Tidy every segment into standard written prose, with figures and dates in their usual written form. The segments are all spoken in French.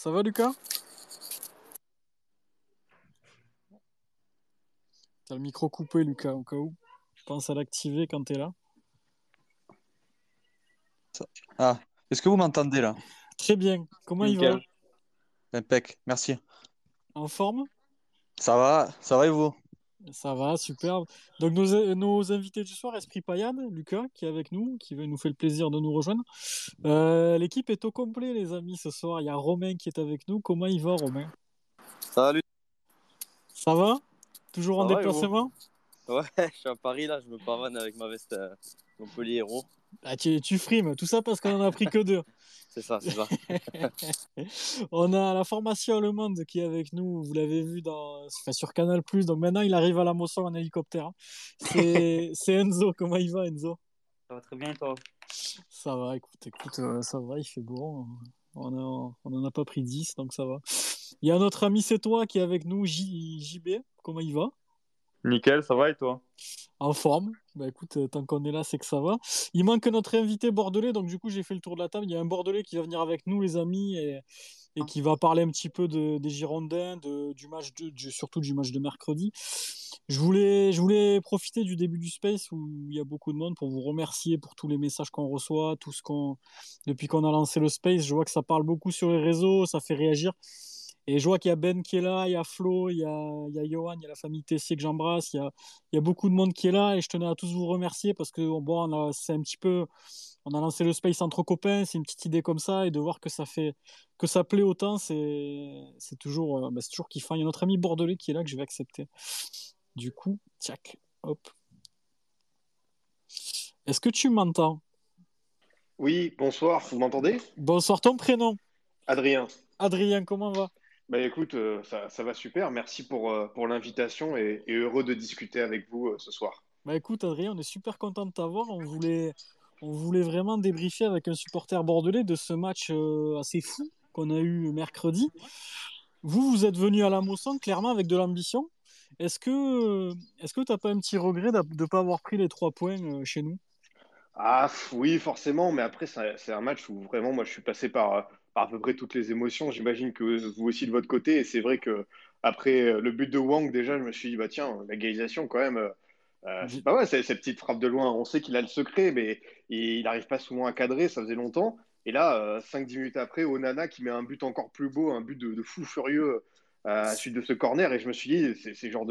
Ça va Lucas? T'as le micro coupé Lucas, au cas où. Pense à l'activer quand t'es là. Ah, est-ce que vous m'entendez là? Très bien. Comment il va? Nickel. Impec, merci. En forme? Ça va et vous? Ça va, superbe. Donc nos invités du soir, Esprit Payade, Lucas, qui est avec nous, nous fait le plaisir de nous rejoindre. L'équipe est au complet, les amis, ce soir. Il y a Romain qui est avec nous. Comment il va, Romain? Salut, Ça va? Toujours en ça va et vous? déplacement? Ouais, je suis à Paris là, je me pavane avec ma veste Montpellier Hérault. Ah, tu frimes, tout ça parce qu'on en a pris que deux. C'est ça, c'est ça. On a la formation allemande qui est avec nous, vous l'avez vu sur Canal+, donc maintenant il arrive à la Mosson en hélicoptère, hein. C'est Enzo, comment il va Enzo? Ça va très bien, toi? Ça va, écoute, ça va, il fait beau, hein. On en a pas pris 10, donc ça va. Il y a notre ami C'est toi qui est avec nous, JB, comment il va? Nickel, ça va et toi? En forme. Bah écoute, tant qu'on est là, c'est que ça va. Il manque notre invité bordelais, donc du coup j'ai fait le tour de la table. Il y a un bordelais qui va venir avec nous, les amis, et qui va parler un petit peu des Girondins, du match surtout du match de mercredi. Je voulais profiter du début du Space où il y a beaucoup de monde pour vous remercier pour tous les messages qu'on reçoit, depuis qu'on a lancé le Space. Je vois que ça parle beaucoup sur les réseaux, ça fait réagir. Et je vois qu'il y a Ben qui est là, il y a Flo, il y a Johan, il y a la famille Tessier que j'embrasse, il y a beaucoup de monde qui est là et je tenais à tous vous remercier parce que bon, c'est un petit peu, on a lancé le Space entre copains, c'est une petite idée comme ça et de voir que ça plaît autant, c'est toujours kiffant. Il y a notre ami bordelais qui est là que je vais accepter. Du coup, tchac, hop. Est-ce que tu m'entends? Oui, bonsoir, vous m'entendez? Bonsoir, ton prénom? Adrien. Adrien, comment va? Bah écoute, ça va super, merci pour l'invitation et heureux de discuter avec vous ce soir. Bah écoute Adrien, on est super content de t'avoir. On voulait vraiment débriefer avec un supporter bordelais de ce match assez fou qu'on a eu mercredi. Vous êtes venu à la Mosson clairement avec de l'ambition. Est-ce que t'as pas un petit regret de ne pas avoir pris les 3 points chez nous? Oui, forcément, mais après, c'est un match où vraiment, moi, je suis passé par à peu près toutes les émotions. J'imagine que vous aussi de votre côté, et c'est vrai que après le but de Wang, déjà, je me suis dit, bah tiens, l'égalisation, quand même, c'est pas mal, cette petite frappe de loin. On sait qu'il a le secret, mais il n'arrive pas souvent à cadrer, ça faisait longtemps. Et là, 5-10 minutes après, Onana qui met un but encore plus beau, un but de fou furieux à la suite de ce corner, et je me suis dit, c'est genre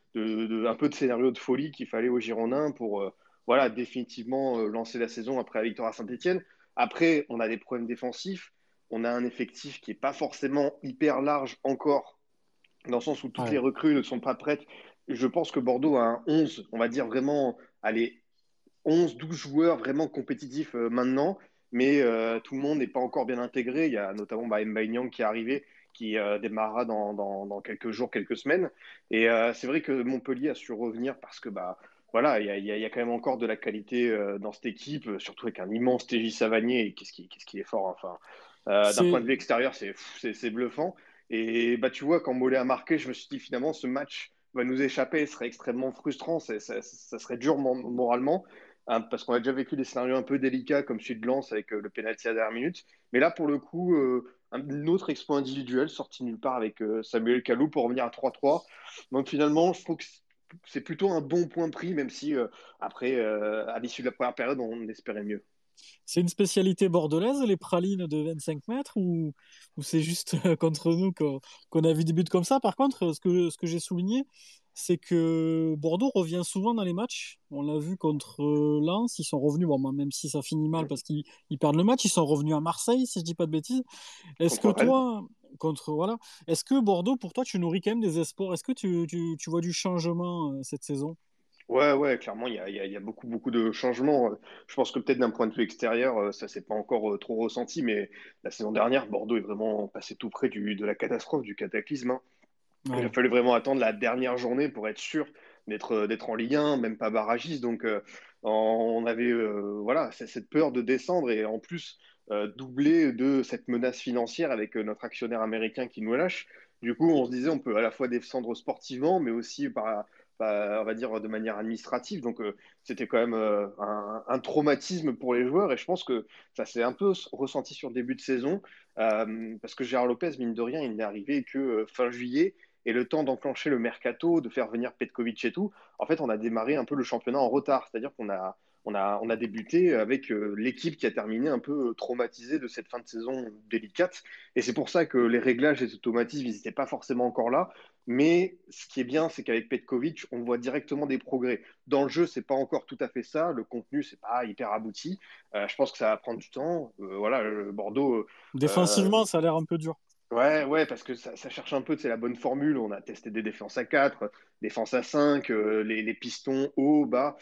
un peu de scénario de folie qu'il fallait aux Girondins pour voilà, définitivement lancer la saison après la victoire à Saint-Etienne. Après, on a des problèmes défensifs. On a un effectif qui n'est pas forcément hyper large encore, dans le sens où toutes les Ouais. recrues ne sont pas prêtes. Je pense que Bordeaux a un 11, on va dire vraiment, allez, 11-12 joueurs vraiment compétitifs maintenant, mais tout le monde n'est pas encore bien intégré. Il y a notamment Mbaye Niang qui est arrivé, qui démarrera dans quelques jours, quelques semaines. Et c'est vrai que Montpellier a su revenir parce que voilà, il y a quand même encore de la qualité dans cette équipe, surtout avec un immense TJ Savanier. Et qu'est-ce qu'il est fort, hein. Enfin, d'un point de C'est vue extérieur, c'est bluffant. Et tu vois, quand Mollet a marqué, je me suis dit finalement, ce match va nous échapper, ce serait extrêmement frustrant, ça serait dur moralement. Hein, parce qu'on a déjà vécu des scénarios un peu délicats comme celui de Lens avec le penalty à la dernière minute. Mais là, pour le coup, un autre exploit individuel sorti nulle part avec Samuel Kalou pour revenir à 3-3. Donc finalement, je trouve que c'est plutôt un bon point pris, même si après, à l'issue de la première période, on espérait mieux. c'est une spécialité bordelaise, les pralines de 25 mètres, ou c'est juste contre nous qu'on a vu des buts comme ça. Par contre, ce que j'ai souligné, c'est que Bordeaux revient souvent dans les matchs. On l'a vu contre Lens, ils sont revenus, bon, même si ça finit mal parce qu'ils perdent le match, ils sont revenus à Marseille, si je dis pas de bêtises. Est-ce que Contre Rennes. toi, voilà, est-ce que Bordeaux, pour toi, tu nourris quand même des espoirs? Est-ce que tu vois du changement cette saison? Ouais, ouais, clairement, il y a beaucoup, beaucoup de changements. Je pense que peut-être d'un point de vue extérieur, ça s'est pas encore trop ressenti, mais la saison dernière, Bordeaux est vraiment passé tout près de la catastrophe, du cataclysme, hein. Il a Ouais. fallu vraiment attendre la dernière journée pour être sûr d'être en Ligue 1, même pas barragiste. Donc, on avait voilà, cette peur de descendre et en plus doublé de cette menace financière avec notre actionnaire américain qui nous lâche. Du coup, on se disait on peut à la fois descendre sportivement, mais aussi on va dire de manière administrative. Donc c'était quand même un traumatisme pour les joueurs et je pense que ça s'est un peu ressenti sur le début de saison parce que Gérard Lopez, mine de rien, il n'est arrivé que fin juillet. Et le temps d'enclencher le mercato, de faire venir Petkovic et tout, en fait, on a démarré un peu le championnat en retard. C'est-à-dire qu'on a débuté avec l'équipe qui a terminé un peu traumatisée de cette fin de saison délicate. Et c'est pour ça que les réglages et les automatismes, ils n'étaient pas forcément encore là. Mais ce qui est bien, c'est qu'avec Petkovic, on voit directement des progrès. Dans le jeu, c'est pas encore tout à fait ça. Le contenu, c'est pas hyper abouti. Je pense que ça va prendre du temps. Voilà, Bordeaux. Défensivement, ça a l'air un peu dur. Ouais, ouais, parce que ça cherche un peu, c'est la bonne formule. On a testé des défenses à 4, défense à 5, les pistons haut, bas.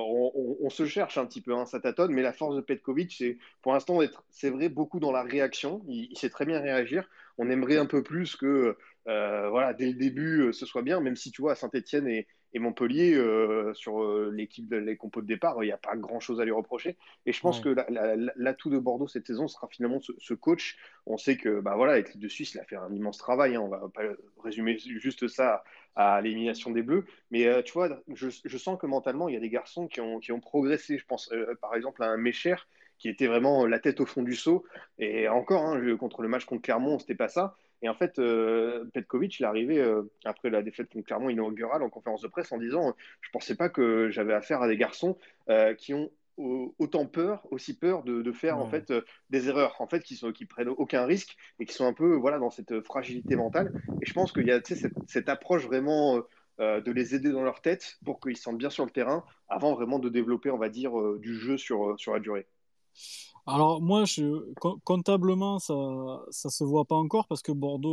On se cherche un petit peu, hein, ça tâtonne, mais la force de Petkovic, c'est pour l'instant c'est vrai, beaucoup dans la réaction. Il sait très bien réagir. On aimerait un peu plus que, voilà, dès le début, ce soit bien, même si tu vois, à Saint-Etienne et Montpellier, sur l'équipe, les compos de départ, il n'y a pas grand-chose à lui reprocher. Et je pense Ouais. que l'atout de Bordeaux cette saison sera finalement ce coach. On sait que bah voilà, avec l'équipe de Suisse, il a fait un immense travail. Hein. On va pas résumer juste ça à l'élimination des Bleus. Mais tu vois, je sens que mentalement, il y a des garçons qui ont progressé. Je pense par exemple à un Mécher qui était vraiment la tête au fond du seau. Et encore, hein, contre le match contre Clermont, c'était pas ça. Et en fait, Petkovic, il est arrivé après la défaite contre Clermont inaugurale en conférence de presse en disant je pensais pas que j'avais affaire à des garçons qui ont autant peur, aussi peur de faire en Ouais. fait des erreurs, en fait, qui prennent aucun risque et qui sont un peu voilà dans cette fragilité mentale. Et je pense qu'il y a tu sais, cette approche vraiment de les aider dans leur tête pour qu'ils se sentent bien sur le terrain avant vraiment de développer, on va dire, du jeu sur la durée. Alors moi, comptablement, ça se voit pas encore parce que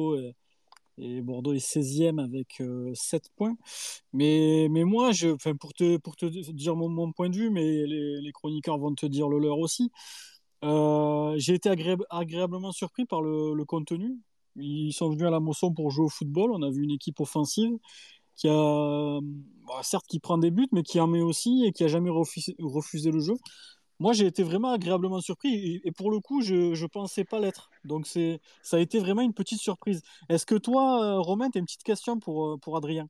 Bordeaux est 16e avec 7 points. Mais moi, enfin, pour te dire mon point de vue, mais les chroniqueurs vont te dire le leur aussi, j'ai été agréablement surpris par le contenu. Ils sont venus à la Mosson pour jouer au football. On a vu une équipe offensive qui a, certes, qui prend des buts, mais qui en met aussi et qui a jamais refusé le jeu. Moi, j'ai été vraiment agréablement surpris et pour le coup, je ne pensais pas l'être. Donc, ça a été vraiment une petite surprise. Est-ce que toi, Romain, tu as une petite question pour Adrien?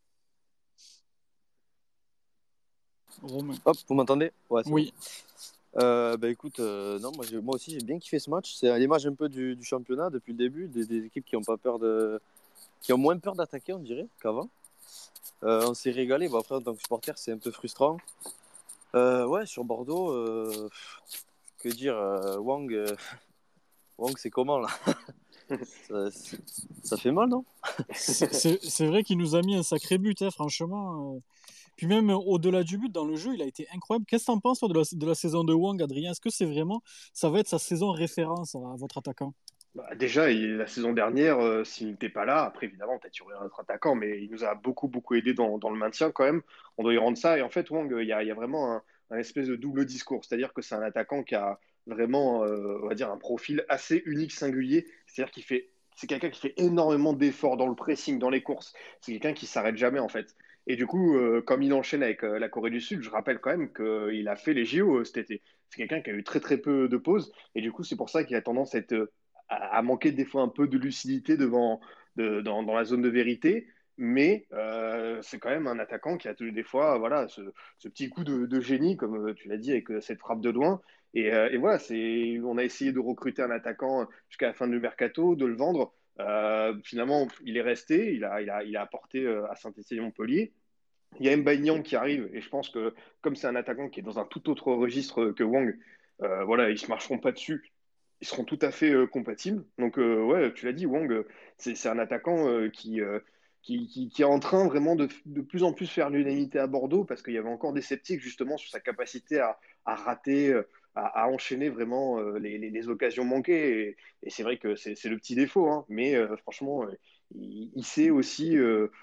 Romain. Hop, vous m'entendez? Ouais, c'est bon. Oui. Bah écoute, non, moi aussi j'ai bien kiffé ce match. C'est à l'image un peu du championnat depuis le début, des équipes qui ont pas peur qui ont moins peur d'attaquer, on dirait, qu'avant. On s'est régalé. Bon, après, en tant que supporter, c'est un peu frustrant. Ouais, sur Bordeaux, que dire, Wang, c'est comment là? ça, ça fait mal, non? C'est vrai qu'il nous a mis un sacré but, hein, franchement. Puis même au-delà du but, dans le jeu, il a été incroyable. Qu'est-ce que tu en penses toi, de la saison de Wang, Adrien? Est-ce que ça va être sa saison référence à votre attaquant? Bah, déjà, la saison dernière, s'il n'était pas là, après évidemment, peut-être qu'il y aurait un autre attaquant, mais il nous a beaucoup, beaucoup aidé dans le maintien quand même. On doit y rendre ça. Et en fait, Wang, il y a vraiment un espèce de double discours. C'est-à-dire que c'est un attaquant qui a vraiment, on va dire, un profil assez unique, singulier. C'est-à-dire c'est quelqu'un qui fait énormément d'efforts dans le pressing, dans les courses. C'est quelqu'un qui s'arrête jamais en fait. Et du coup, comme il enchaîne avec la Corée du Sud, je rappelle quand même qu'il a fait les JO cet été. C'est quelqu'un qui a eu très très peu de pauses. Et du coup, c'est pour ça qu'il a tendance à manquer des fois un peu de lucidité dans la zone de vérité. Mais c'est quand même un attaquant qui a des fois voilà, ce petit coup de génie, comme tu l'as dit, avec cette frappe de loin. Et voilà, on a essayé de recruter un attaquant jusqu'à la fin du mercato, de le vendre. Finalement, il est resté, il a apporté à Saint-Etienne et Montpellier. Il y a Mbaye qui arrive, et je pense que comme c'est un attaquant qui est dans un tout autre registre que Wang, voilà, ils se marcheront pas dessus, ils seront tout à fait compatibles. Donc ouais, tu l'as dit, Wang, c'est un attaquant qui est en train vraiment de plus en plus faire l'unanimité à Bordeaux, parce qu'il y avait encore des sceptiques justement sur sa capacité à rater, à enchaîner vraiment les occasions manquées. Et c'est vrai que c'est le petit défaut, hein, mais franchement, il sait aussi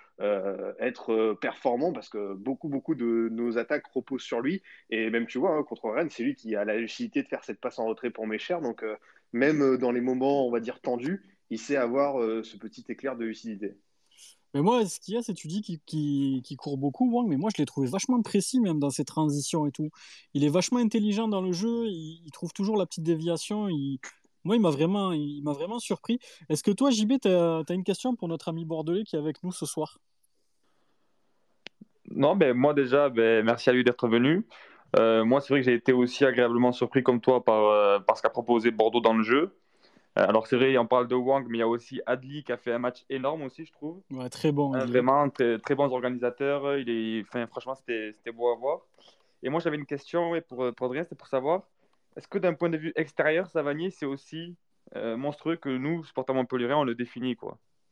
être performant parce que beaucoup, beaucoup de nos attaques reposent sur lui. Et même, tu vois, hein, contre Rennes, c'est lui qui a la lucidité de faire cette passe en retrait pour Mécher. Donc, même dans les moments, on va dire, tendus, il sait avoir ce petit éclair de lucidité. Mais moi, ce qu'il y a, c'est que tu dis qu'il court beaucoup, Wang, mais moi, je l'ai trouvé vachement précis, même dans ses transitions et tout. Il est vachement intelligent dans le jeu, il trouve toujours la petite déviation. Moi, il m'a vraiment surpris. Est-ce que toi, JB, t'as une question pour notre ami bordelais qui est avec nous ce soir? Non, ben moi déjà, ben, merci à lui d'être venu. Moi, c'est vrai que j'ai été aussi agréablement surpris comme toi par ce qu'a proposé Bordeaux dans le jeu. Alors c'est vrai, on parle de Wang, mais il y a aussi Adli qui a fait un match énorme aussi, je trouve. Ouais, très bon, Adli. Vraiment, très, très bons organisateurs. Enfin, franchement, c'était beau à voir. Et moi, j'avais une question ouais, pour Adrien, c'était pour savoir, est-ce que d'un point de vue extérieur, Savanier, c'est aussi monstrueux que nous, supporters montpelliérains, on le définit, quoi.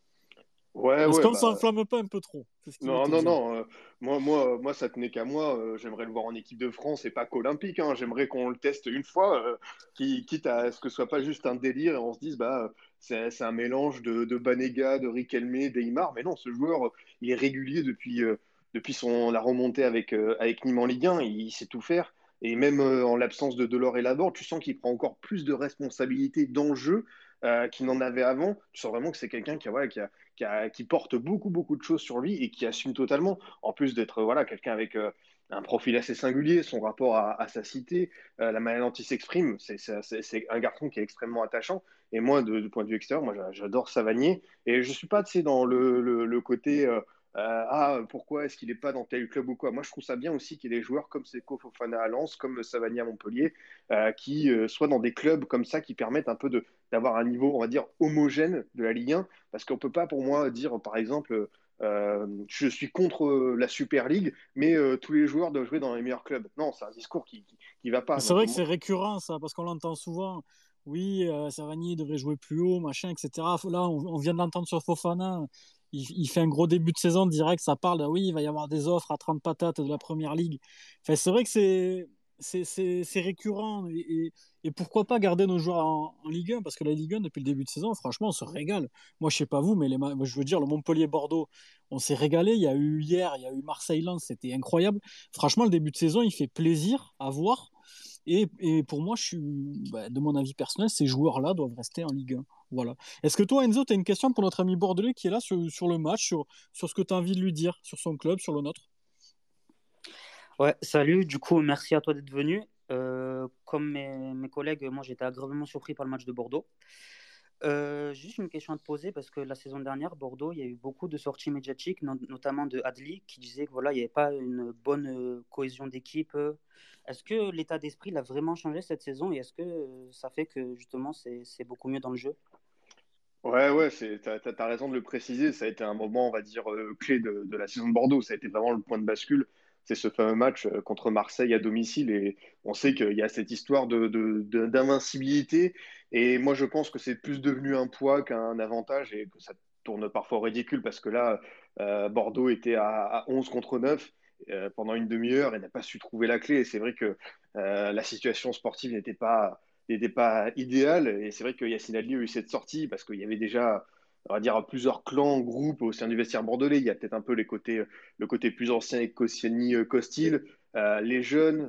Ouais, Est-ce ouais, qu'on bah. s'enflamme pas un peu trop? C'est ce qu'il veut Non, te non, dire. non. Moi, ça tenait qu'à moi. J'aimerais le voir en équipe de France et pas qu'olympique. Hein. J'aimerais qu'on le teste une fois, quitte à ce que ce soit pas juste un délire et on se dise, bah, c'est un mélange de Banega, de Riquelme, d'Eymar. Mais non, ce joueur, il est régulier depuis la remontée avec Nîmes en Ligue 1. Il sait tout faire. Et même en l'absence de Delors et Laborde, tu sens qu'il prend encore plus de responsabilités dans le jeu qu'il n'en avait avant. Tu sens vraiment que c'est quelqu'un qui porte beaucoup, beaucoup de choses sur lui et qui assume totalement, en plus d'être voilà, quelqu'un avec un profil assez singulier, son rapport à sa cité, la manière dont il s'exprime, c'est un garçon qui est extrêmement attachant. Et moi, de point de vue extérieur, moi, j'adore Savanier. Et je suis pas, tu sais, dans le côté pourquoi est-ce qu'il n'est pas dans tel club ou quoi. Moi, je trouve ça bien aussi qu'il y ait des joueurs comme Seko Fofana à Lens, comme Savanier à Montpellier, qui soient dans des clubs comme ça qui permettent un peu d'avoir un niveau, on va dire, homogène de la Ligue 1 parce qu'on ne peut pas, pour moi, dire, par exemple, je suis contre la Super League, mais tous les joueurs doivent jouer dans les meilleurs clubs. Non, c'est un discours qui va pas. Mais c'est Donc, vrai que c'est récurrent, ça, parce qu'on l'entend souvent. Oui, Savanier devrait jouer plus haut, machin, etc. Là, on vient de l'entendre sur Fofana. Il fait un gros début de saison direct. Ça parle, oui, il va y avoir des offres à 30 patates de la première ligue. Enfin, c'est vrai que c'est récurrent. Et pourquoi pas garder nos joueurs en Ligue 1? Parce que la Ligue 1, depuis le début de saison, franchement, on se régale. Moi, je sais pas vous, mais moi, je veux dire, le Montpellier-Bordeaux, on s'est régalé. Il y a eu hier, il y a eu Marseille-Lens, c'était incroyable. Franchement, le début de saison, il fait plaisir à voir. Et pour moi, de mon avis personnel, ces joueurs-là doivent rester en Ligue 1. Voilà. Est-ce que toi, Enzo, tu as une question pour notre ami bordelais qui est là sur le match, sur ce que tu as envie de lui dire, sur son club, sur le nôtre? Ouais, salut, du coup, merci à toi d'être venu. Comme mes collègues, moi j'étais agréablement surpris par le match de Bordeaux. Juste une question à te poser parce que la saison dernière, Bordeaux, il y a eu beaucoup de sorties médiatiques, notamment de Adli, qui disait que voilà, il n'y avait pas une bonne cohésion d'équipe. Est-ce que l'état d'esprit l'a vraiment changé cette saison et est-ce que ça fait que justement c'est beaucoup mieux dans le jeu? ouais, ouais, t'as raison de le préciser. Ça a été un moment, on va dire, clé de la saison de Bordeaux. Ça a été vraiment le point de bascule. C'est ce fameux match contre Marseille à domicile. Et on sait qu'il y a cette histoire d'invincibilité. Et moi, je pense que c'est plus devenu un poids qu'un avantage et que ça tourne parfois au ridicule parce que là, Bordeaux était à 11 contre 9 pendant une demi-heure et n'a pas su trouver la clé. Et c'est vrai que la situation sportive n'était pas idéal. Et c'est vrai que Yacine Adli a eu cette sortie parce qu'il y avait déjà, on va dire, plusieurs clans, groupes au sein du vestiaire bordelais. Il y a peut-être un peu le côté plus ancien avec Koscielny, Costil, les jeunes,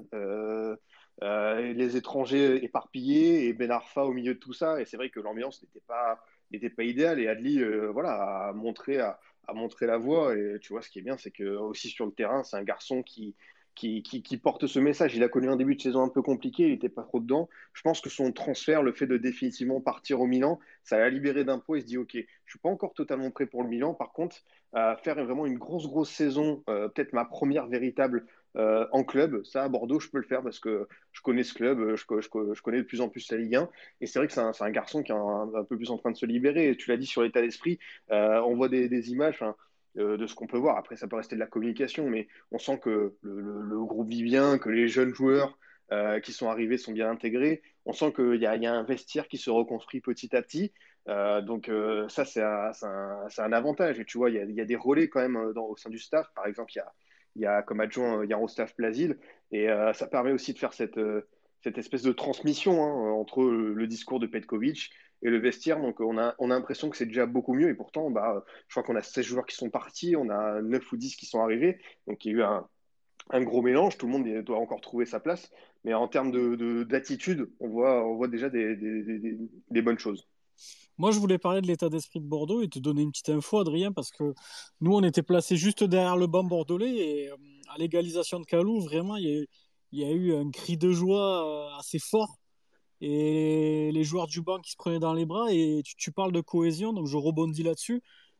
les étrangers éparpillés et Ben Arfa au milieu de tout ça. Et c'est vrai que l'ambiance n'était pas idéale. Et Adli, voilà, a montré la voie. Et tu vois, ce qui est bien, c'est que aussi sur le terrain, c'est un garçon qui porte ce message. Il a connu un début de saison un peu compliqué, il n'était pas trop dedans. Je pense que son transfert, le fait de définitivement partir au Milan, ça l'a libéré d'un poids. Il se dit, OK, je ne suis pas encore totalement prêt pour le Milan. Par contre, faire vraiment une grosse, grosse saison, peut-être ma première véritable en club, ça à Bordeaux, je peux le faire parce que je connais ce club, je connais de plus en plus la Ligue 1. Et c'est vrai que c'est un garçon qui est un peu plus en train de se libérer. Et tu l'as dit sur l'état d'esprit, on voit des images. De ce qu'on peut voir. Après, ça peut rester de la communication, mais on sent que le groupe vit bien, que les jeunes joueurs qui sont arrivés sont bien intégrés. On sent qu'il y a un vestiaire qui se reconstruit petit à petit. Donc ça, c'est un avantage. Et tu vois, il y a des relais quand même au sein du staff. Par exemple, il y a comme adjoint Yaroslav Plazil. Et ça permet aussi de faire cette espèce de transmission entre le discours de Petkovic et le vestiaire. Donc on a l'impression que c'est déjà beaucoup mieux. Et pourtant, bah, je crois qu'on a 16 joueurs qui sont partis, on a 9 ou 10 qui sont arrivés. Donc il y a eu un gros mélange, tout le monde doit encore trouver sa place. Mais en termes d'attitude, on voit déjà des bonnes choses. Moi, je voulais parler de l'état d'esprit de Bordeaux et te donner une petite info, Adrien, parce que nous, on était placés juste derrière le banc bordelais et à l'égalisation de Kalou, vraiment, il y a eu un cri de joie assez fort et les joueurs du banc qui se prenaient dans les bras. Et tu parles de cohésion, donc je rebondis là-dessus.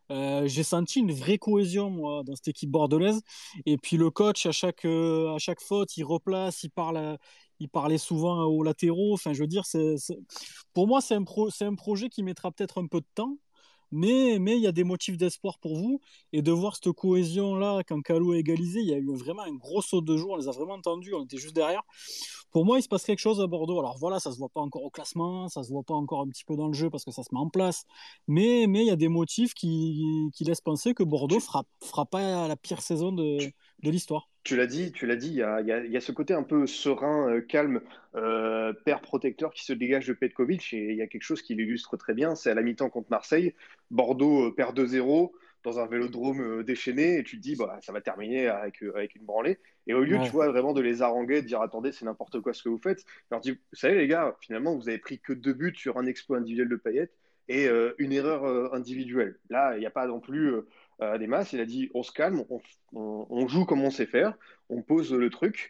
J'ai senti une vraie cohésion, moi, dans cette équipe bordelaise. Et puis le coach, à chaque faute, il replace, il parlait souvent aux latéraux. Enfin, je veux dire, pour moi, c'est un projet qui mettra peut-être un peu de temps. Mais il y a des motifs d'espoir pour vous. Et de voir cette cohésion-là, quand Kalou a égalisé, il y a eu vraiment un gros saut de joue. On les a vraiment entendus, on était juste derrière. Pour moi, il se passe quelque chose à Bordeaux. Alors voilà, ça se voit pas encore au classement, ça se voit pas encore un petit peu dans le jeu parce que ça se met en place. Mais il y a des motifs qui laissent penser que Bordeaux Tu, fera pas la pire saison tu, de l'histoire. tu l'as dit, il y a ce côté un peu serein, calme, père protecteur qui se dégage de Petkovic, et il y a quelque chose qui l'illustre très bien, c'est à la mi-temps contre Marseille, Bordeaux perd 2-0 dans un vélodrome déchaîné, et tu te dis, bah, ça va terminer avec une branlée. Et au lieu, tu Ouais, vois, vraiment de les haranguer, de dire, attendez, c'est n'importe quoi ce que vous faites, je leur dis, vous savez, les gars, finalement, vous avez pris que 2 buts sur un exploit individuel de Payet et une erreur individuelle. Là, il n'y a pas non plus des masses. Il a dit, on se calme, on joue comme on sait faire, on pose le truc,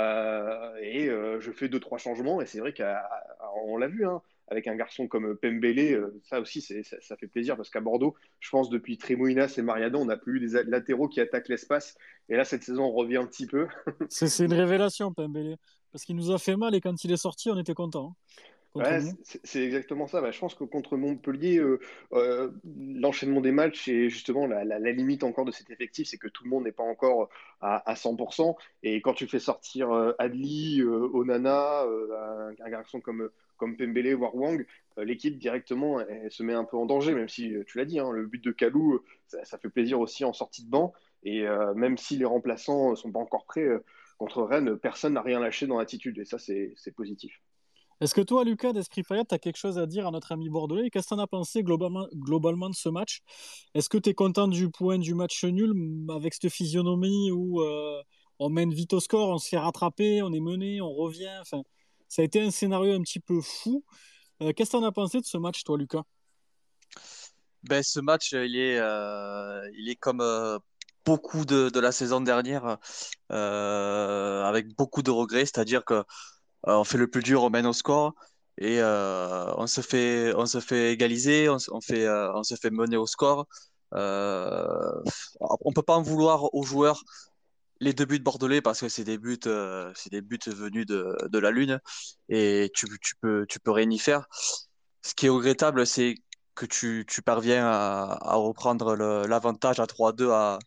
je fais 2, 3 changements. Et c'est vrai qu'on l'a vu, hein, avec un garçon comme Pembele, ça aussi, ça fait plaisir parce qu'à Bordeaux, je pense depuis Trémouinas et Mariano, on n'a plus eu des latéraux qui attaquent l'espace. Et là, cette saison, on revient un petit peu. c'est une révélation, Pembele. Parce qu'il nous a fait mal et quand il est sorti, on était content contre Ouais, nous. c'est exactement ça. Bah, je pense que contre Montpellier, l'enchaînement des matchs et justement la limite encore de cet effectif, c'est que tout le monde n'est pas encore à 100%. Et quand tu fais sortir Adli, Onana, un garçon comme Pembele, voire Wang, l'équipe directement elle se met un peu en danger, même si tu l'as dit, hein, le but de Kalou, ça fait plaisir aussi en sortie de banc. Et même si les remplaçants sont pas encore prêts contre Rennes, personne n'a rien lâché dans l'attitude. Et ça, c'est positif. Est-ce que toi, Lucas, d'Esprit Payet, tu as quelque chose à dire à notre ami bordelais? Qu'est-ce que tu en as pensé globalement de ce match? Est-ce que tu es content du point du match nul avec cette physionomie où on mène vite au score, on se fait rattraper, on est mené, on revient? Enfin, ça a été un scénario un petit peu fou. Qu'est-ce que tu en as pensé de ce match, toi, Lucas? Ben, ce match, il est comme beaucoup de la saison dernière, avec beaucoup de regrets, c'est-à-dire que on fait le plus dur, on mène au score et on se fait égaliser, on se fait mener au score. Euh, on peut pas en vouloir aux joueurs les 2 buts bordelais parce que c'est des buts venus de la lune et tu peux rien y faire. Ce qui est regrettable, c'est que tu parviens à reprendre l'avantage à 3-2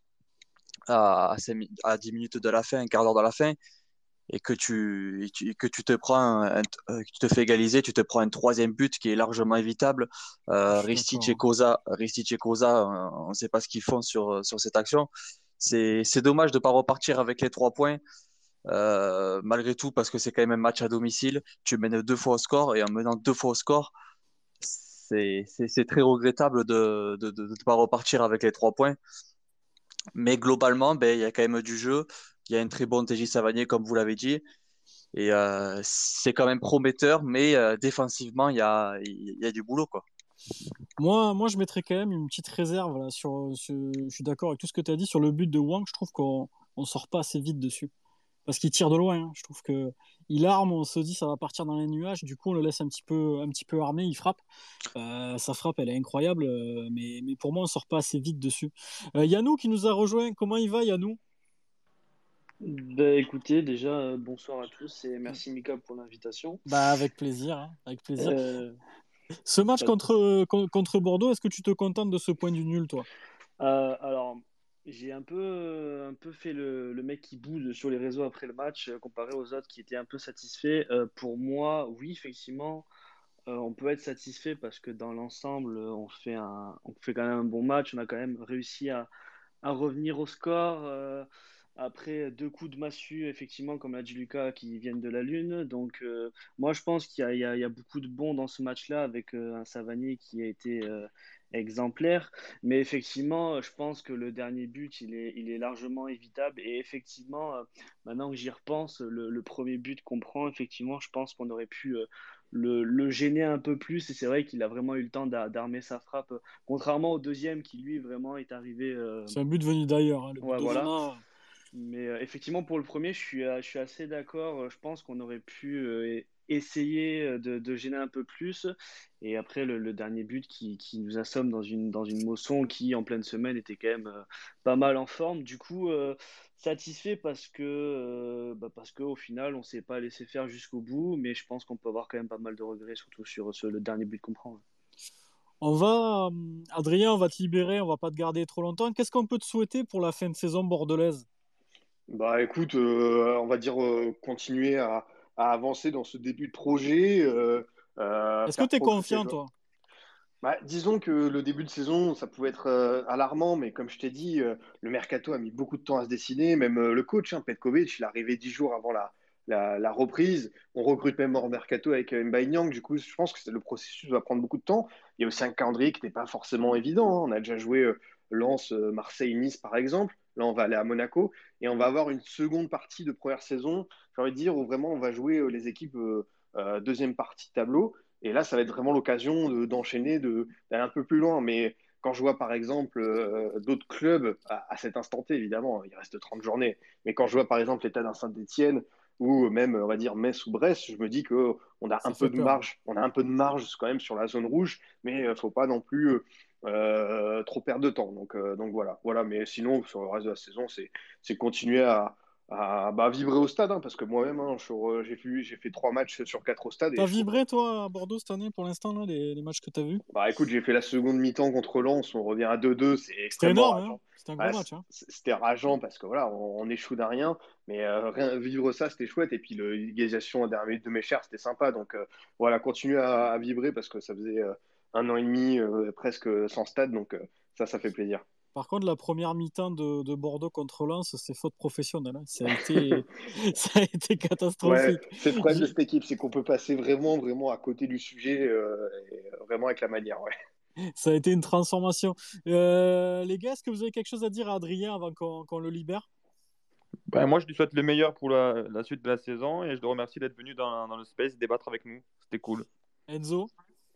à 10 minutes de la fin, un quart d'heure de la fin, et que tu te prends que tu te fais égaliser, tu te prends un troisième but qui est largement évitable. Je suis d'accord. Ristich et Koza, on ne sait pas ce qu'ils font sur cette action. C'est dommage de ne pas repartir avec les 3 points, malgré tout, parce que c'est quand même un match à domicile. Tu mènes 2 fois au score, et en menant 2 fois au score, c'est très regrettable de ne pas repartir avec les 3 points. Mais globalement, ben, il y a quand même du jeu. Il y a un très bon TJ Savanier, comme vous l'avez dit. Et c'est quand même prometteur, mais défensivement, il y a du boulot, quoi. Moi, je mettrais quand même une petite réserve là, je suis d'accord avec tout ce que tu as dit sur le but de Wang. Je trouve qu'on on sort pas assez vite dessus. Parce qu'il tire de loin, hein. Je trouve que il arme, on se dit ça va partir dans les nuages, du coup on le laisse un petit peu armé, il frappe. Sa frappe, elle est incroyable, mais pour moi on sort pas assez vite dessus. Yannou qui nous a rejoint, comment il va Yannou? Bah, écoutez, déjà, bonsoir à tous et merci Mika pour l'invitation. Bah avec plaisir, hein, avec plaisir. Euh, Ce match pas- contre Bordeaux, est-ce que tu te contentes de ce point du nul, toi? alors, j'ai un peu fait le mec qui boude sur les réseaux après le match, comparé aux autres qui étaient un peu satisfaits. Pour moi, oui, effectivement, on peut être satisfait parce que dans l'ensemble, on fait quand même un bon match. On a quand même réussi à revenir au score après 2 coups de massue, effectivement, comme l'a dit Lucas, qui viennent de la Lune. Donc, moi, je pense qu'il y a beaucoup de bons dans ce match-là avec un Savanier qui a été exemplaire. Mais effectivement, je pense que le dernier but, il est largement évitable. Et effectivement, maintenant que j'y repense, le premier but qu'on prend, effectivement, je pense qu'on aurait pu le gêner un peu plus. Et c'est vrai qu'il a vraiment eu le temps d'armer sa frappe, contrairement au deuxième qui, lui, vraiment est arrivé. C'est un but venu d'ailleurs, hein, le but Ouais, voilà. d'Onana. Mais effectivement, pour le premier, je suis assez d'accord. Je pense qu'on aurait pu essayer de gêner un peu plus. Et après, le dernier but qui nous assomme dans une Mosson qui, en pleine semaine, était quand même pas mal en forme. Du coup, satisfait parce que au final, on s'est pas laissé faire jusqu'au bout. Mais je pense qu'on peut avoir quand même pas mal de regrets, surtout sur le dernier but qu'on prend. Adrien, on va te libérer, on va pas te garder trop longtemps. Qu'est-ce qu'on peut te souhaiter pour la fin de saison bordelaise? Bah écoute, on va dire continuer à avancer dans ce début de projet, Est-ce que faire tu es progresser les confiant, joueurs. toi? Bah, disons que le début de saison, ça pouvait être alarmant, mais comme je t'ai dit, le mercato a mis beaucoup de temps à se dessiner. Même le coach, hein, Petkovic, il est arrivé 10 jours avant la reprise. On recrute même hors mercato avec Mbaye Niang. Du coup, je pense que le processus va prendre beaucoup de temps. Il y a aussi un calendrier qui n'était pas forcément évident, hein. On a déjà joué Lens, Marseille, Nice, par exemple. Là, on va aller à Monaco et on va avoir une seconde partie de première saison, j'ai envie de dire, où vraiment on va jouer les équipes deuxième partie de tableau. Et là, ça va être vraiment l'occasion d'enchaîner, d'aller un peu plus loin. Mais quand je vois, par exemple, d'autres clubs, à cet instant T, évidemment, il reste 30 journées, mais quand je vois, par exemple, l'état d'un Saint-Etienne ou même, on va dire, Metz ou Brest, je me dis qu'on a un Ça peu fait de peur, hein. marge. On a un peu de marge quand même sur la zone rouge, mais il ne faut pas non plus trop perdre de temps. Donc voilà. Voilà. Mais sinon, sur le reste de la saison, c'est continuer à vibrer au stade, hein, parce que moi-même, hein, j'ai fait 3 matchs sur 4 au stade et T'as je trouve vibré, toi, à Bordeaux cette année, pour l'instant, là, les matchs que t'as vus? bah écoute, j'ai fait la seconde mi-temps contre Lens, on revient à 2-2, c'est C'était extrêmement énorme, hein? rageant. C'était un gros Ouais, match, hein? c'était rageant parce que voilà, on échoue d'un rien, mais vivre ça, c'était chouette. Et puis l'égalisation à dernière minute de Méchère, c'était sympa. Donc voilà, continuer à vibrer parce que ça faisait 1 an et demi presque sans stade, donc ça fait plaisir. Par contre, la première mi-temps de Bordeaux contre Lens, c'est faute professionnelle, hein. Ça a été, ça a été Ouais, catastrophique. c'est le problème de J'ai- cette équipe, c'est qu'on peut passer vraiment, vraiment à côté du sujet, vraiment avec la manière. Ouais. Ça a été une transformation. Les gars, est-ce que vous avez quelque chose à dire à Adrien avant qu'on le libère? Ben, moi, je lui souhaite le meilleur pour la suite de la saison et je le remercie d'être venu dans le space débattre avec nous. C'était cool. Enzo?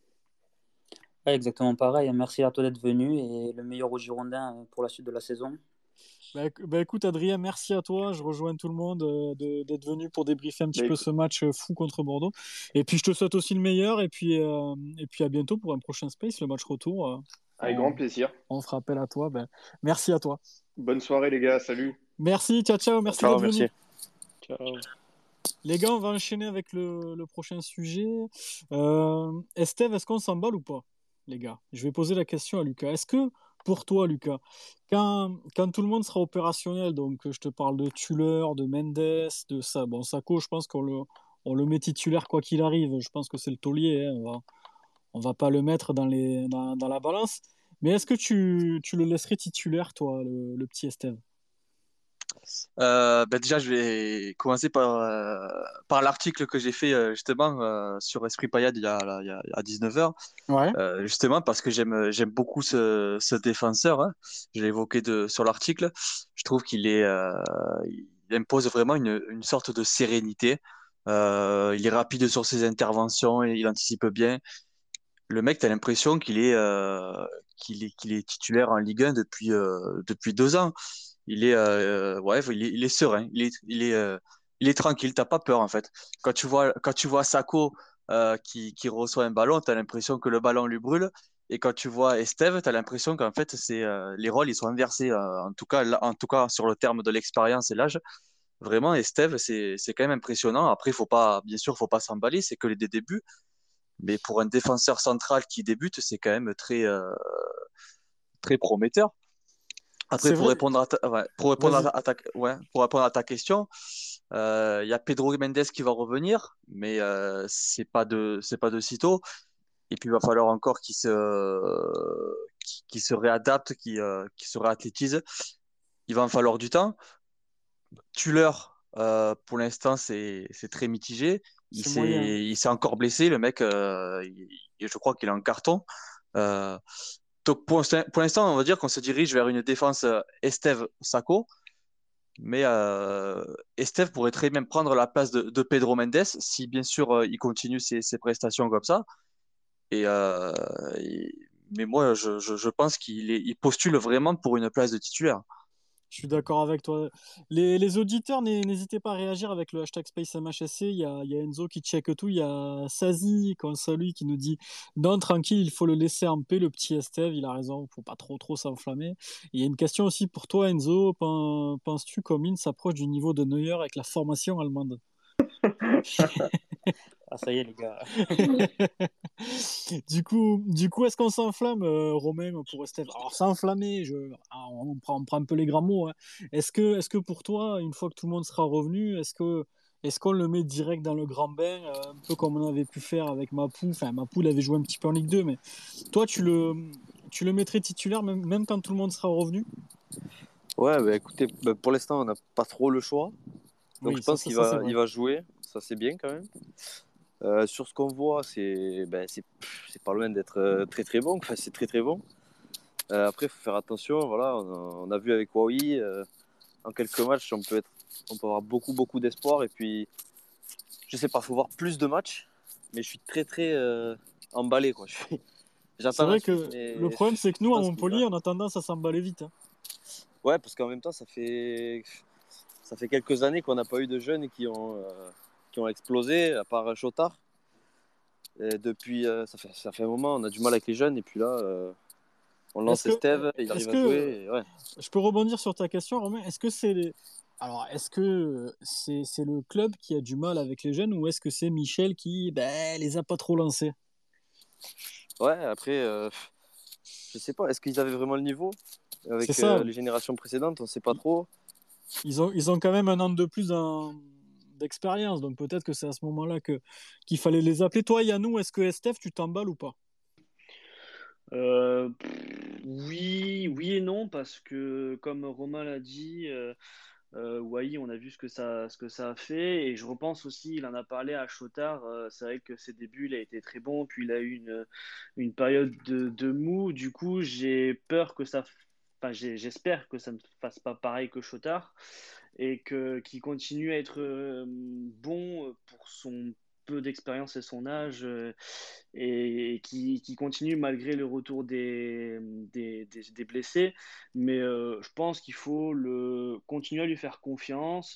Ouais, exactement pareil. Merci à toi d'être venu et le meilleur aux Girondins pour la suite de la saison. Bah, écoute, Adrien, merci à toi. Je rejoins tout le monde d'être venu pour débriefer un petit Mais peu écoute, ce match fou contre Bordeaux. Et puis, je te souhaite aussi le meilleur. Et puis à bientôt pour un prochain Space, le match retour. avec grand On, plaisir. on fera appel à toi. Ben, merci à toi. Bonne soirée les gars, salut. Merci, ciao, ciao. Merci Ciao, d'être venu. merci. Ciao. Les gars, on va enchaîner avec le prochain sujet. Esteve, est-ce qu'on s'emballe ou pas, les gars? Je vais poser la question à Lucas. Est-ce que, pour toi, Lucas, quand tout le monde sera opérationnel, donc je te parle de Tuller, de Mendes, de ça, bon, Sako, je pense on le met titulaire quoi qu'il arrive. Je pense que c'est le taulier, hein. On va pas le mettre dans la balance. Mais est-ce que tu le laisserais titulaire, toi, le petit Esteve? Ben déjà, je vais commencer par l'article que j'ai fait justement sur Esprit Payade il y a 19h. Ouais. Justement parce que j'aime beaucoup ce défenseur, hein. Je l'ai évoqué sur l'article. Je trouve il impose vraiment une sorte de sérénité. Il est rapide sur ses interventions et il anticipe bien. Le mec, t'as l'impression qu'il est titulaire en Ligue 1 depuis 2 ans. Ouais, il est serein, il est tranquille, t'as pas peur en fait. Quand tu vois Sako qui reçoit un ballon, t'as l'impression que le ballon lui brûle. Et quand tu vois Esteve, t'as l'impression qu'en fait les rôles ils sont inversés. En tout cas sur le terme de l'expérience et l'âge. Vraiment, Esteve, c'est quand même impressionnant. Après, bien sûr, faut pas s'emballer, c'est que les débuts. Mais pour un défenseur central qui débute, c'est quand même très, très prometteur. Après, C'est pour vrai. répondre ouais, Vas-y. ouais, pour répondre à ta question, il y a Pedro Mendes qui va revenir, mais c'est pas de sitôt. Et puis, il va falloir encore qu'il se réadapte, qu'il se réathlétise. Il va en falloir du temps. Tuller, pour l'instant, c'est très mitigé. Il C'est moyen. s'est, il s'est encore blessé, le mec. Je crois qu'il est en carton. Euh, donc pour l'instant, on va dire qu'on se dirige vers une défense Esteve-Sako, mais Esteve pourrait très bien prendre la place de Pedro Mendes si bien sûr il continue ses prestations comme ça. Et, euh, et- mais moi, je pense il postule vraiment pour une place de titulaire. Je suis d'accord avec toi. Les auditeurs, n'hésitez pas à réagir avec le hashtag SpaceMHSC. Il y a Enzo qui check tout. Il y a Sazi, qu'on salue, qui nous dit non, tranquille, il faut le laisser en paix, le petit Estève. Il a raison, faut pas trop s'enflammer. Et il y a une question aussi pour toi, Enzo. Penses-tu qu'Omin s'approche du niveau de Neuer avec la formation allemande? Ah, ça y est, les gars. Du coup, est-ce qu'on s'enflamme, Romain, pour Estève? Alors, s'enflammer, on prend un peu les grands mots, hein. Est-ce que pour toi, une fois que tout le monde sera revenu, est-ce qu'on le met direct dans le grand bain, un peu comme on avait pu faire avec Mapou? Enfin, Mapou, il avait joué un petit peu en Ligue 2, mais toi, tu le mettrais titulaire même quand tout le monde sera revenu? Ouais, bah, écoutez, bah, pour l'instant, on n'a pas trop le choix. Donc Oui, je ça, pense ça, qu'il ça, c'est va, vrai. il va jouer. Ça, c'est bien quand même. Sur ce qu'on voit, c'est pas loin d'être très très bon. Enfin, c'est très très bon. Après, il faut faire attention. Voilà, on a vu avec Huawei, en quelques matchs, on peut avoir beaucoup beaucoup d'espoir. Et puis, je sais pas, faut voir plus de matchs. Mais je suis très très emballé, quoi. C'est J'attends la vrai suite, que le mais problème, c'est que je nous, à pense qu'il va. Montpellier, on a tendance à s'emballer vite, hein. Ouais, parce qu'en même temps, ça fait quelques années qu'on n'a pas eu de jeunes qui ont explosé, à part Chotard. Et depuis, ça fait un moment, on a du mal avec les jeunes. Et puis là, on Est-ce lance que, Estève, il est-ce arrive à que, jouer. Et ouais. je peux rebondir sur ta question, Romain? Est-ce que c'est le club qui a du mal avec les jeunes ou est-ce que c'est Michel qui les a pas trop lancés? Ouais, après, je sais pas, est-ce qu'ils avaient vraiment le niveau C'est avec ça. les générations précédentes? On sait pas trop. Ils ont quand même un an de plus d'expérience, donc peut-être que c'est à ce moment-là qu'il fallait les appeler. Toi, Yannou, est-ce que Estef, tu t'emballes ou pas? Oui, oui et non, parce que comme Romain l'a dit, Wai, on a vu ce que ça a fait, et je repense aussi, il en a parlé à Chotard, c'est vrai que ses débuts, il a été très bon, puis il a eu une période de mou, du coup j'ai peur que enfin j'espère que ça ne fasse pas pareil que Chotard, et qu'il continue à être bon pour son peu d'expérience et son âge, et qui continue malgré le retour des blessés. Mais je pense qu'il faut continuer à lui faire confiance.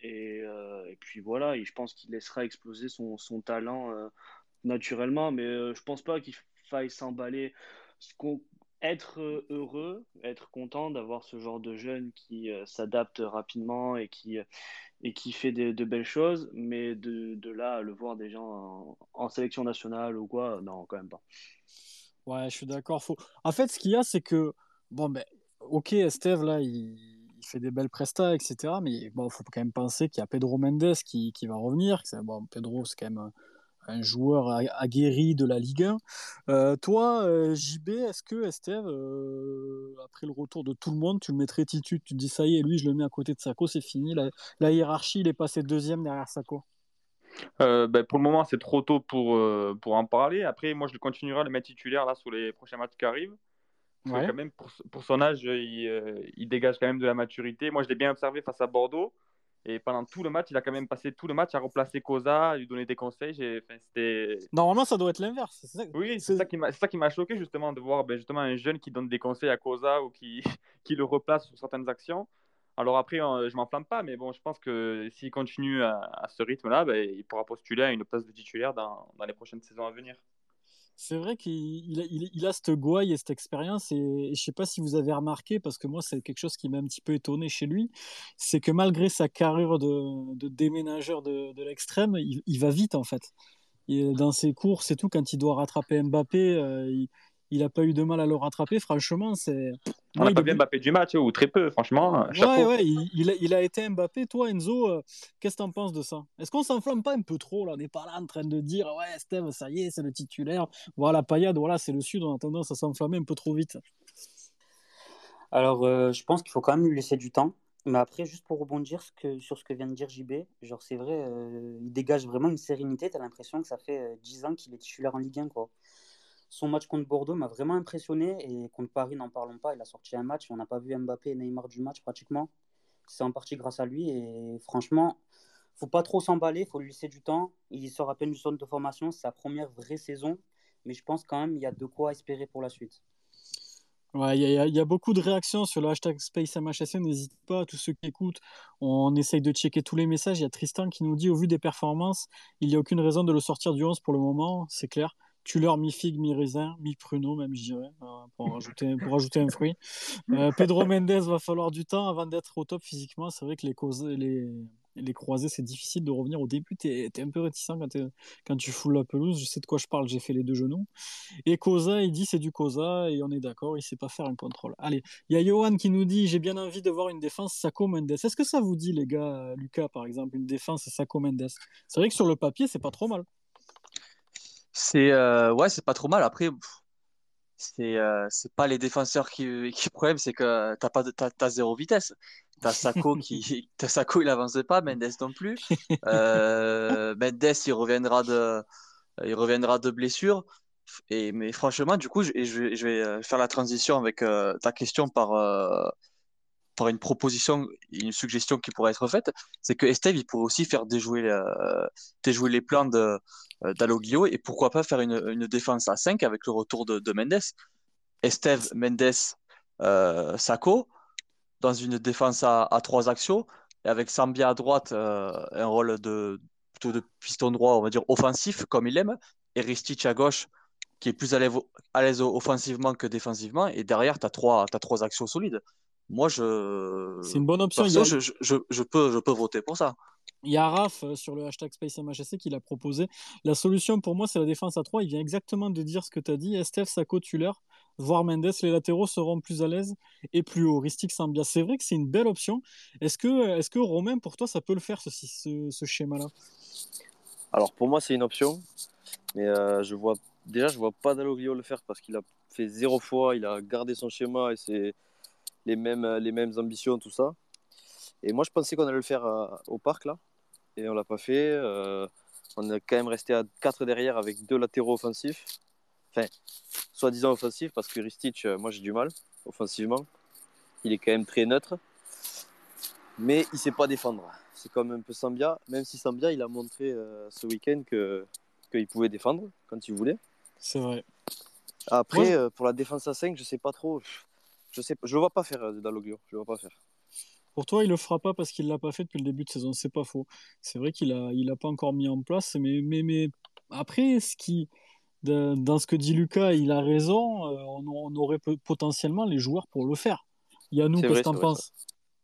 Et puis voilà, et je pense qu'il laissera exploser son talent naturellement. Mais je pense pas qu'il faille s'emballer. Ce qu'on- Être heureux, être content d'avoir ce genre de jeune qui s'adapte rapidement et qui fait de belles choses, mais de là à le voir déjà en sélection nationale ou quoi, non, quand même pas. Ouais, je suis d'accord. En fait, ce qu'il y a, c'est que, bon, ok, Esteve, là, il fait des belles prestats, etc. Mais bon, faut quand même penser qu'il y a Pedro Mendes qui va revenir. Bon, Pedro, c'est quand même un joueur aguerri de la Ligue 1. Toi, JB, est-ce que Esteve, après le retour de tout le monde, tu le mettrais titu? Tu te dis, ça y est, lui, je le mets à côté de Sako, c'est fini. La hiérarchie, il est passé deuxième derrière Sako. Pour le moment, c'est trop tôt pour en parler. Après, moi, je continuerai à le mettre titulaire là, sur les prochains matchs qui arrivent. Parce que Ouais. quand même, pour son âge, il dégage quand même de la maturité. Moi, je l'ai bien observé face à Bordeaux. Et pendant tout le match, il a quand même passé tout le match à remplacer Koza, à lui donner des conseils. Enfin, Normalement, ça doit être l'inverse. oui, C'est- c'est ça qui m'a choqué justement de voir justement un jeune qui donne des conseils à Koza ou qui, qui le replace sur certaines actions. Alors après, je m'enflamme pas, mais bon, je pense que s'il continue à ce rythme-là, il pourra postuler à une place de titulaire dans les prochaines saisons à venir. C'est vrai qu'il a cette gouaille et cette expérience, et je sais pas si vous avez remarqué, parce que moi c'est quelque chose qui m'a un petit peu étonné chez lui, c'est que malgré sa carrure de déménageur de l'extrême, il va vite en fait. Dans ses courses et tout, quand il doit rattraper Mbappé, il a pas eu de mal à le rattraper. Franchement, On moi n'a pas vu Mbappé du match, ou très peu, franchement, Ouais, chapeau. ouais, il a été Mbappé. Toi, Enzo, qu'est-ce que t'en penses de ça? Est-ce qu'on s'enflamme pas un peu trop là? On n'est pas là en train de dire, ouais, Steve, ça y est, c'est le titulaire. Voilà, Payade, voilà, c'est le Sud. On a tendance à s'enflammer un peu trop vite. Alors, je pense qu'il faut quand même lui laisser du temps. Mais après, juste pour rebondir sur ce que vient de dire JB, genre c'est vrai, il dégage vraiment une sérénité. Tu as l'impression que ça fait 10 ans qu'il est titulaire en Ligue 1, quoi. Son match contre Bordeaux m'a vraiment impressionné. Et contre Paris, n'en parlons pas. Il a sorti un match. On n'a pas vu Mbappé et Neymar du match pratiquement. C'est en partie grâce à lui. Et franchement, faut pas trop s'emballer. Faut lui laisser du temps. Il sort à peine du centre de formation. C'est sa première vraie saison. Mais je pense quand même qu'il y a de quoi espérer pour la suite. Ouais, il y a beaucoup de réactions sur le hashtag SpaceMHSC. N'hésite pas, tous ceux qui écoutent, on essaye de checker tous les messages. Il y a Tristan qui nous dit, au vu des performances, il n'y a aucune raison de le sortir du 11 pour le moment, c'est clair. Tueur mi-figue, mi-raisin, mi-pruneau même, je dirais, pour ajouter un fruit. Pedro Mendes va falloir du temps avant d'être au top physiquement. C'est vrai que les croisés, c'est difficile de revenir. Au début, t'es un peu réticent quand tu foules la pelouse. Je sais de quoi je parle, j'ai fait les deux genoux. Et Koza, il dit c'est du Koza, et on est d'accord, il sait pas faire un contrôle. Allez, il y a Johan qui nous dit j'ai bien envie de voir une défense Sako Mendes. Est-ce que ça vous dit, les gars, Lucas, par exemple, une défense Sako Mendes? C'est vrai que sur le papier, c'est pas trop mal. Ouais, c'est pas trop mal. Après, c'est pas les défenseurs qui problème, c'est que t'as zéro vitesse. T'as Sako t'as Sako, il avance pas, Mendes non plus. Mendes, il reviendra de blessure. Mais franchement, du coup, je vais faire la transition avec ta question par une proposition, une suggestion qui pourrait être faite. C'est que Esteve, il pourrait aussi faire déjouer les plans d'Aloglio, et pourquoi pas faire une défense à 5 avec le retour de Mendes. Esteve, Mendes, Sako, dans une défense à 3 axiaux, et avec Sambia à droite, un rôle plutôt de piston droit, on va dire offensif, comme il aime, et Ristic à gauche, qui est plus à l'aise offensivement que défensivement, et derrière, t'as trois axiaux solides. Moi, C'est une bonne option. perso, je peux voter pour ça. Il y a Raph sur le hashtag SpaceMHSC qui l'a proposé. La solution pour moi, c'est la défense à 3. Il vient exactement de dire ce que tu as dit. Estef, Sako, Tuller, voire Mendes, les latéraux seront plus à l'aise et plus haut. Ristic, Sambia. C'est vrai que c'est une belle option. Est-ce que Romain, pour toi, ça peut le faire, ce schéma-là? Alors pour moi, c'est une option, mais je vois pas Dalloglio le faire parce qu'il a fait 0 fois, il a gardé son schéma et c'est les mêmes ambitions, tout ça. Et moi, je pensais qu'on allait le faire au parc là, et on l'a pas fait. On est quand même resté à 4 derrière avec 2 latéraux offensifs. Enfin, soi-disant offensifs parce que Ristic, moi j'ai du mal offensivement. Il est quand même très neutre, mais il sait pas défendre. C'est comme un peu Sambia, même si Sambia il a montré ce week-end qu'il pouvait défendre quand il voulait. C'est vrai. Moi, Après, pour la défense à 5, je sais pas trop. Je le vois pas faire Dalloglio. Je le vois pas faire. pour toi, il le fera pas parce qu'il l'a pas fait depuis le début de saison. C'est pas faux. C'est vrai qu'il a pas encore mis en place. Mais après, dans ce que dit Lucas, il a raison. On aurait potentiellement les joueurs pour le faire. Yannou, C'est qu'est-ce vrai, que t'en c'est vrai ça. penses?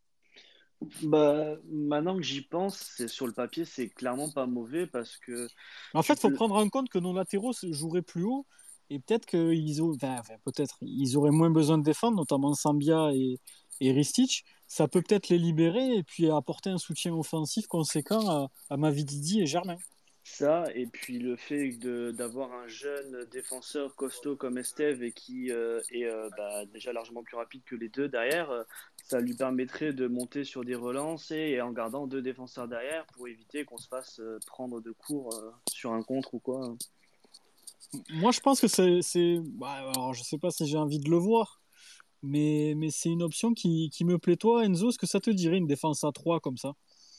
Bah, maintenant que j'y pense, sur le papier, c'est clairement pas mauvais parce que En fait, tu il faut peux. prendre en compte que nos latéraux joueraient plus haut et peut-être peut-être ils auraient moins besoin de défendre, notamment Sambia et Ristic. Ça peut peut-être les libérer et puis apporter un soutien offensif conséquent à Mavididi et Germain. Ça, et puis le fait d'avoir un jeune défenseur costaud comme Esteve et qui est bah, déjà largement plus rapide que les deux derrière, ça lui permettrait de monter sur des relances et en gardant deux défenseurs derrière pour éviter qu'on se fasse prendre de court sur un contre ou quoi. Moi, je pense que alors, je sais pas si j'ai envie de le voir, mais c'est une option qui me plaît. Toi, Enzo, est-ce que ça te dirait une défense à 3 comme ça?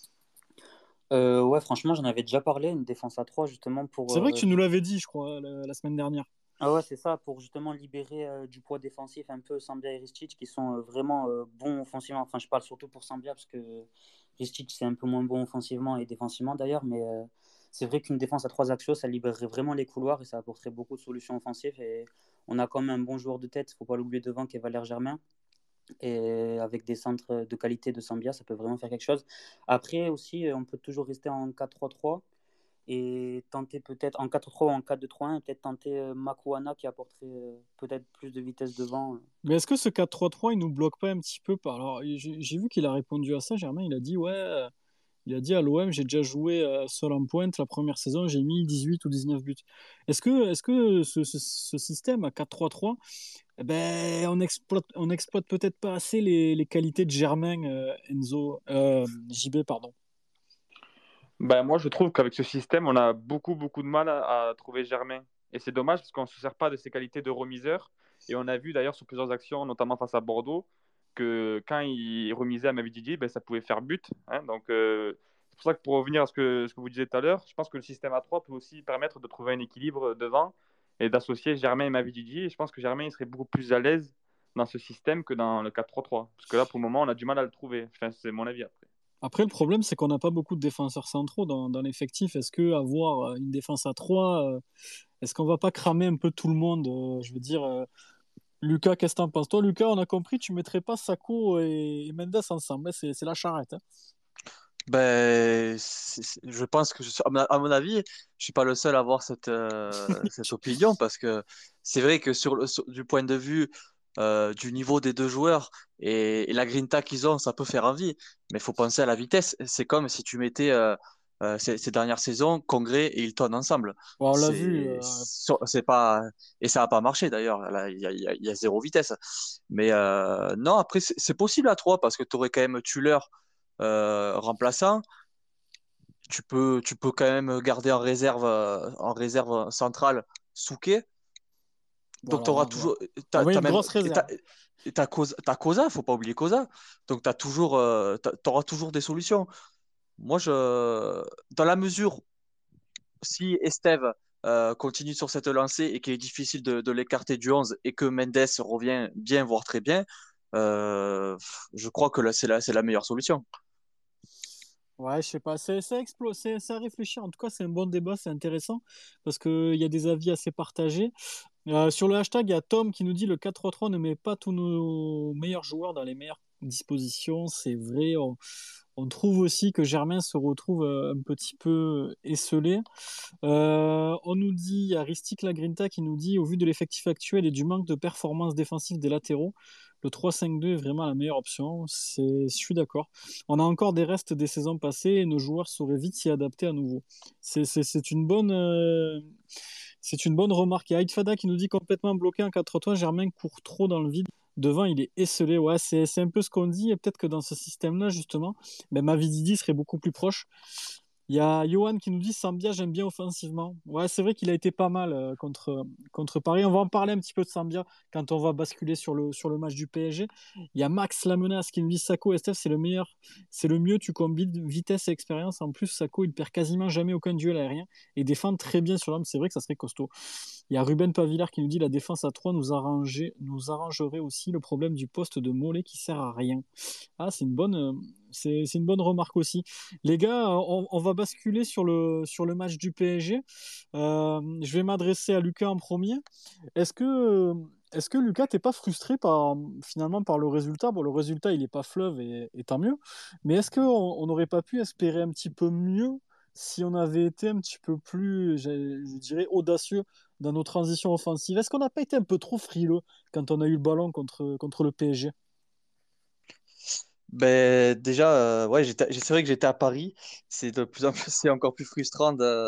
Ouais, franchement, j'en avais déjà parlé, une défense à 3 justement pour. C'est vrai que tu nous l'avais dit, je crois, la semaine dernière. Ah ouais, c'est ça, pour justement libérer du poids défensif un peu Sambia et Ristic qui sont vraiment bons offensivement. Enfin, je parle surtout pour Sambia parce que Ristic c'est un peu moins bon offensivement et défensivement d'ailleurs, mais c'est vrai qu'une défense à 3 axiaux, ça libérerait vraiment les couloirs et ça apporterait beaucoup de solutions offensives. Et on a quand même un bon joueur de tête, faut pas l'oublier devant, qui est Valère Germain. Et avec des centres de qualité de Sambia, ça peut vraiment faire quelque chose. Après aussi, on peut toujours rester en 4-3-3 et tenter peut-être en 4-3 ou en 4-2-3-1 et peut-être tenter Makuana qui apporterait peut-être plus de vitesse devant. Mais est-ce que ce 4-3-3, il nous bloque pas un petit peu Alors, j'ai vu qu'il a répondu à ça, Germain. Il a dit, ouais, il a dit à l'OM, j'ai déjà joué seul en pointe la première saison, j'ai mis 18 ou 19 buts. Est-ce que ce système à 4-3-3, eh ben, on exploite peut-être pas assez les qualités de Germain, Enzo, JB, pardon. Ben, moi, je trouve qu'avec ce système, on a beaucoup, beaucoup de mal à trouver Germain. Et c'est dommage parce qu'on ne se sert pas de ses qualités de remiseur. Et on a vu d'ailleurs sur plusieurs actions, notamment face à Bordeaux, que quand il remisait à Mavididi, ben, ça pouvait faire but. Hein. Donc, c'est pour ça que pour revenir à ce que vous disiez tout à l'heure, je pense que le système A3 peut aussi permettre de trouver un équilibre devant et d'associer Germain et Mavididi. Et je pense que Germain il serait beaucoup plus à l'aise dans ce système que dans le 4-3-3. Parce que là, pour le moment, on a du mal à le trouver. Enfin, c'est mon avis après. Après, le problème, c'est qu'on n'a pas beaucoup de défenseurs centraux dans l'effectif. Est-ce que avoir une défense à 3, est-ce qu'on va pas cramer un peu tout le monde? Je veux dire, Lucas, qu'est-ce que t'en penses? Toi, Lucas, on a compris, tu mettrais pas Sako et Mendes ensemble, hein, c'est la charrette, hein. Ben, je pense que, à mon avis, je suis pas le seul à avoir cette opinion parce que c'est vrai que du point de vue du niveau des deux joueurs et la grinta qu'ils ont, ça peut faire envie. Mais il faut penser à la vitesse. C'est comme si tu mettais ces dernières saisons Congré et Hilton ensemble. Bon, on l'a vu. C'est pas et ça a pas marché d'ailleurs. Là, il y a zéro vitesse. Mais non, après c'est possible à trois parce que tu aurais quand même Tuller remplaçant. Tu peux quand même garder en réserve centrale Souquet. Bon, Donc, tu auras toujours. on met T'as une même. grosse réserve. T'as Cosa, faut pas oublier Cosa. Donc, t'auras toujours des solutions. Moi, dans la mesure, si Esteve continue sur cette lancée et qu'il est difficile de l'écarter du 11 et que Mendes revient bien, voire très bien, je crois que là, c'est la meilleure solution. Ouais, je sais pas, c'est à réfléchir. En tout cas, c'est un bon débat, c'est intéressant parce qu'il y a des avis assez partagés. Sur le hashtag, il y a Tom qui nous dit le 4-3-3 ne met pas tous nos meilleurs joueurs dans les meilleures dispositions. C'est vrai. On trouve aussi que Germain se retrouve un petit peu esselé. On nous dit, il y a Ristic Lagrinta qui nous dit, au vu de l'effectif actuel et du manque de performance défensive des latéraux, le 3-5-2 est vraiment la meilleure option. Je suis d'accord. On a encore des restes des saisons passées et nos joueurs sauraient vite s'y adapter à nouveau. C'est c'est une bonne remarque. Il y a Aït qui nous dit complètement bloqué en 4-3, Germain court trop dans le vide. Devant, il est esselé. Ouais, c'est un peu ce qu'on dit. Et peut-être que dans ce système-là, justement, ben, Mavididi serait beaucoup plus proche. Il y a Johan qui nous dit Sambia, j'aime bien offensivement. Ouais, c'est vrai qu'il a été pas mal contre Paris. On va en parler un petit peu de Sambia quand on va basculer sur le match du PSG. Il y a Max Lamenas qui nous dit Sako, Steph, c'est le meilleur, c'est le mieux. Tu combines vitesse et expérience. En plus, Sako, il perd quasiment jamais aucun duel aérien et défend très bien sur l'homme. C'est vrai que ça serait costaud. Il y a Ruben Pavillard qui nous dit la défense à 3 nous arrangerait aussi le problème du poste de Mollet qui sert à rien. Ah, c'est une bonne remarque aussi. Les gars, on va basculer sur le match du PSG. Je vais m'adresser à Lucas en premier. Est-ce que, est-ce que Lucas, t'es pas frustré finalement par le résultat? Bon, le résultat, il est pas fleuve et tant mieux. Mais est-ce qu'on on n'aurait pas pu espérer un petit peu mieux si on avait été un petit peu plus, je dirais, audacieux dans nos transitions offensives? Est-ce qu'on n'a pas été un peu trop frileux quand on a eu le ballon contre le PSG? Ben, déjà, ouais, c'est vrai que j'étais à Paris. C'est de plus en plus, c'est encore plus frustrant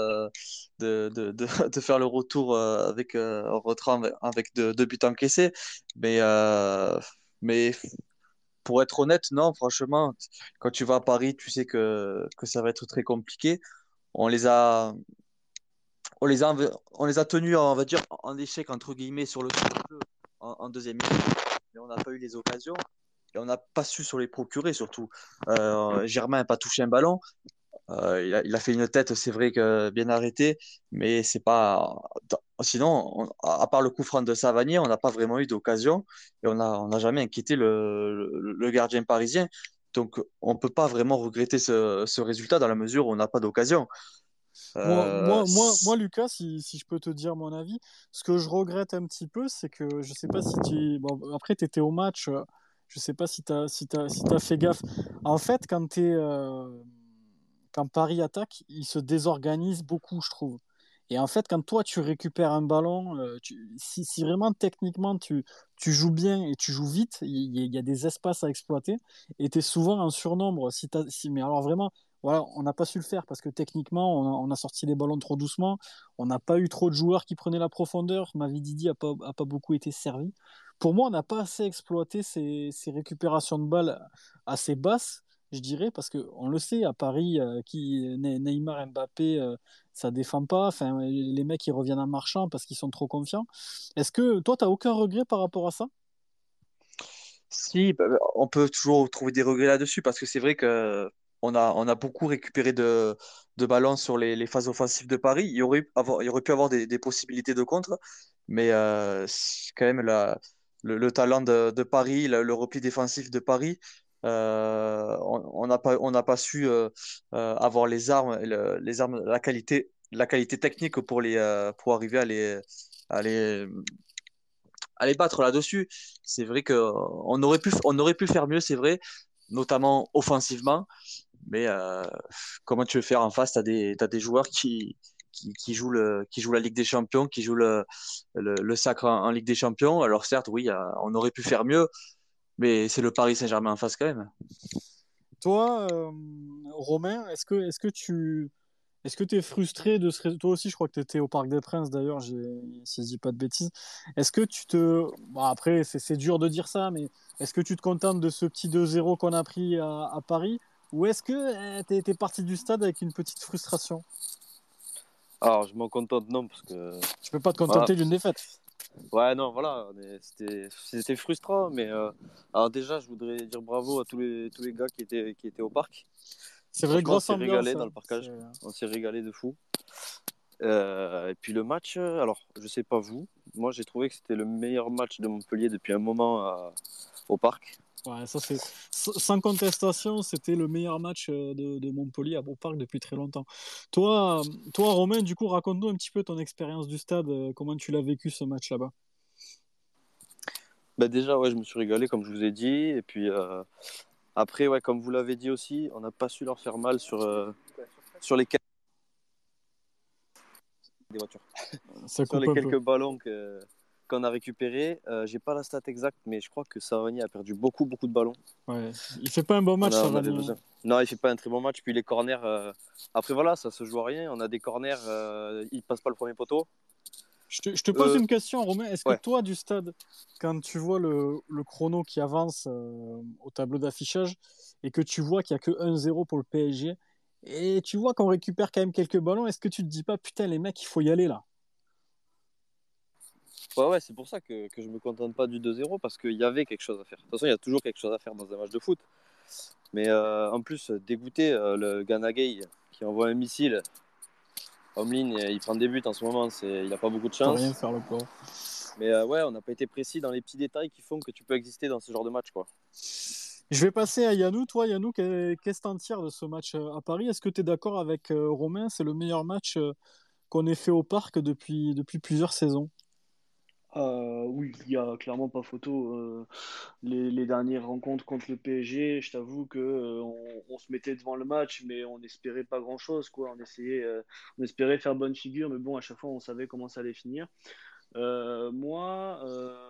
de faire le retour avec en rentrant avec deux buts encaissés. Mais, euh, mais pour être honnête, non, franchement, quand tu vas à Paris, tu sais que ça va être très compliqué. On les a, on les a tenus, on va dire, en échec, entre guillemets, sur le jeu en deuxième mi-temps, mais on n'a pas eu les occasions et on n'a pas su se les procurer, surtout. Germain n'a pas touché un ballon. Il a fait une tête, c'est vrai que bien arrêté, mais c'est pas. Sinon, à part le coup franc de Savanier, on n'a pas vraiment eu d'occasion et on n'a jamais inquiété le gardien parisien. Donc, on ne peut pas vraiment regretter ce résultat dans la mesure où on n'a pas d'occasion. Moi, Lucas, si je peux te dire mon avis, ce que je regrette un petit peu, c'est que je sais pas si tu. Bon, après, tu étais au match, je sais pas si t'as fait gaffe. En fait, quand Paris attaque, il se désorganise beaucoup, je trouve. Et en fait, quand toi, tu récupères un ballon, si vraiment techniquement tu joues bien et tu joues vite, il y a des espaces à exploiter et tu es souvent en surnombre. Mais alors vraiment, voilà, on n'a pas su le faire parce que techniquement, on a sorti les ballons trop doucement. On n'a pas eu trop de joueurs qui prenaient la profondeur. Mavididi a pas beaucoup été servi. Pour moi, on n'a pas assez exploité ces récupérations de balles assez basses, je dirais, parce qu'on le sait, à Paris, Neymar, Mbappé, ça défend pas. Enfin, les mecs, ils reviennent en marchant parce qu'ils sont trop confiants. Est-ce que toi, tu n'as aucun regret par rapport à ça? Si, on peut toujours trouver des regrets là-dessus parce que c'est vrai que on a beaucoup récupéré de ballons sur les phases offensives de Paris. Il y aurait pu avoir des possibilités de contre, mais quand même le talent de Paris, le repli défensif de Paris. On n'a pas su avoir les armes, la qualité technique pour arriver à les, à les battre là-dessus. C'est vrai on aurait pu faire mieux, c'est vrai, notamment offensivement. Mais comment tu veux faire en face? T'as des joueurs qui jouent la Ligue des Champions, qui jouent le sacre en Ligue des Champions. Alors certes, oui, on aurait pu faire mieux, mais c'est le Paris Saint-Germain en face quand même. Toi, Romain, est-ce que tu es frustré de Toi aussi, je crois que tu étais au Parc des Princes d'ailleurs, si je dis pas de bêtises. Est-ce que tu te. Bon, après, c'est dur de dire ça, mais est-ce que tu te contentes de ce petit 2-0 qu'on a pris à Paris? Ou est-ce que tu es parti du stade avec une petite frustration? Alors, je m'en contente, non, parce que Tu peux pas te voilà. contenter d'une défaite. Ouais, non, voilà, c'était frustrant, mais alors déjà, je voudrais dire bravo à tous les gars qui étaient au parc. C'est vrai, Franchement, on grosse s'est ambiance. régalé dans Hein. le parcage, C'est- on s'est régalé de fou. Et puis le match, alors, je sais pas vous, moi j'ai trouvé que c'était le meilleur match de Montpellier depuis un moment au parc. Ouais, ça c'est sans contestation, c'était le meilleur match de Montpellier à Beauparc depuis très longtemps. Toi, Romain, du coup, raconte-nous un petit peu ton expérience du stade, comment tu l'as vécu ce match là-bas. Bah déjà, ouais, je me suis régalé, comme je vous ai dit. Et puis après, ouais, comme vous l'avez dit aussi, on n'a pas su leur faire mal sur les des voitures. Ça Sur coupe les un peu. quelques ballons qu'on a récupérés. J'ai pas la stat exacte, mais je crois que Savani a perdu beaucoup de ballons. Ouais. Il fait pas un bon match, On avait Savani. besoin. Non, il fait pas un très bon match. Puis les corners, après voilà, ça se joue à rien. On a des corners, ils passent pas le premier poteau. Je te pose une question, Romain. Est-ce que Ouais. toi, du stade, quand tu vois le chrono qui avance au tableau d'affichage et que tu vois qu'il n'y a que 1-0 pour le PSG et tu vois qu'on récupère quand même quelques ballons, est-ce que tu te dis pas, putain, les mecs, il faut y aller là? Ouais, c'est pour ça que je me contente pas du 2-0 parce qu'il y avait quelque chose à faire. De toute façon, il y a toujours quelque chose à faire dans un match de foot. Mais en plus, dégoûté, le Gana Gueye qui envoie un missile. Omlin, il prend des buts en ce moment, il n'a pas beaucoup de Il peut rien chance. faire le pauvre. Mais ouais, on n'a pas été précis dans les petits détails qui font que tu peux exister dans ce genre de match, quoi. Je vais passer à Yannou. Toi, Yannou, qu'est-ce que t'en tires de ce match à Paris? Est-ce que tu es d'accord avec Romain? C'est le meilleur match qu'on ait fait au parc depuis plusieurs saisons. Oui, il y a clairement pas photo. Les dernières rencontres contre le PSG, je t'avoue que on se mettait devant le match, mais on n'espérait pas grand-chose, quoi. On espérait faire bonne figure, mais bon, à chaque fois, on savait comment ça allait finir. Moi,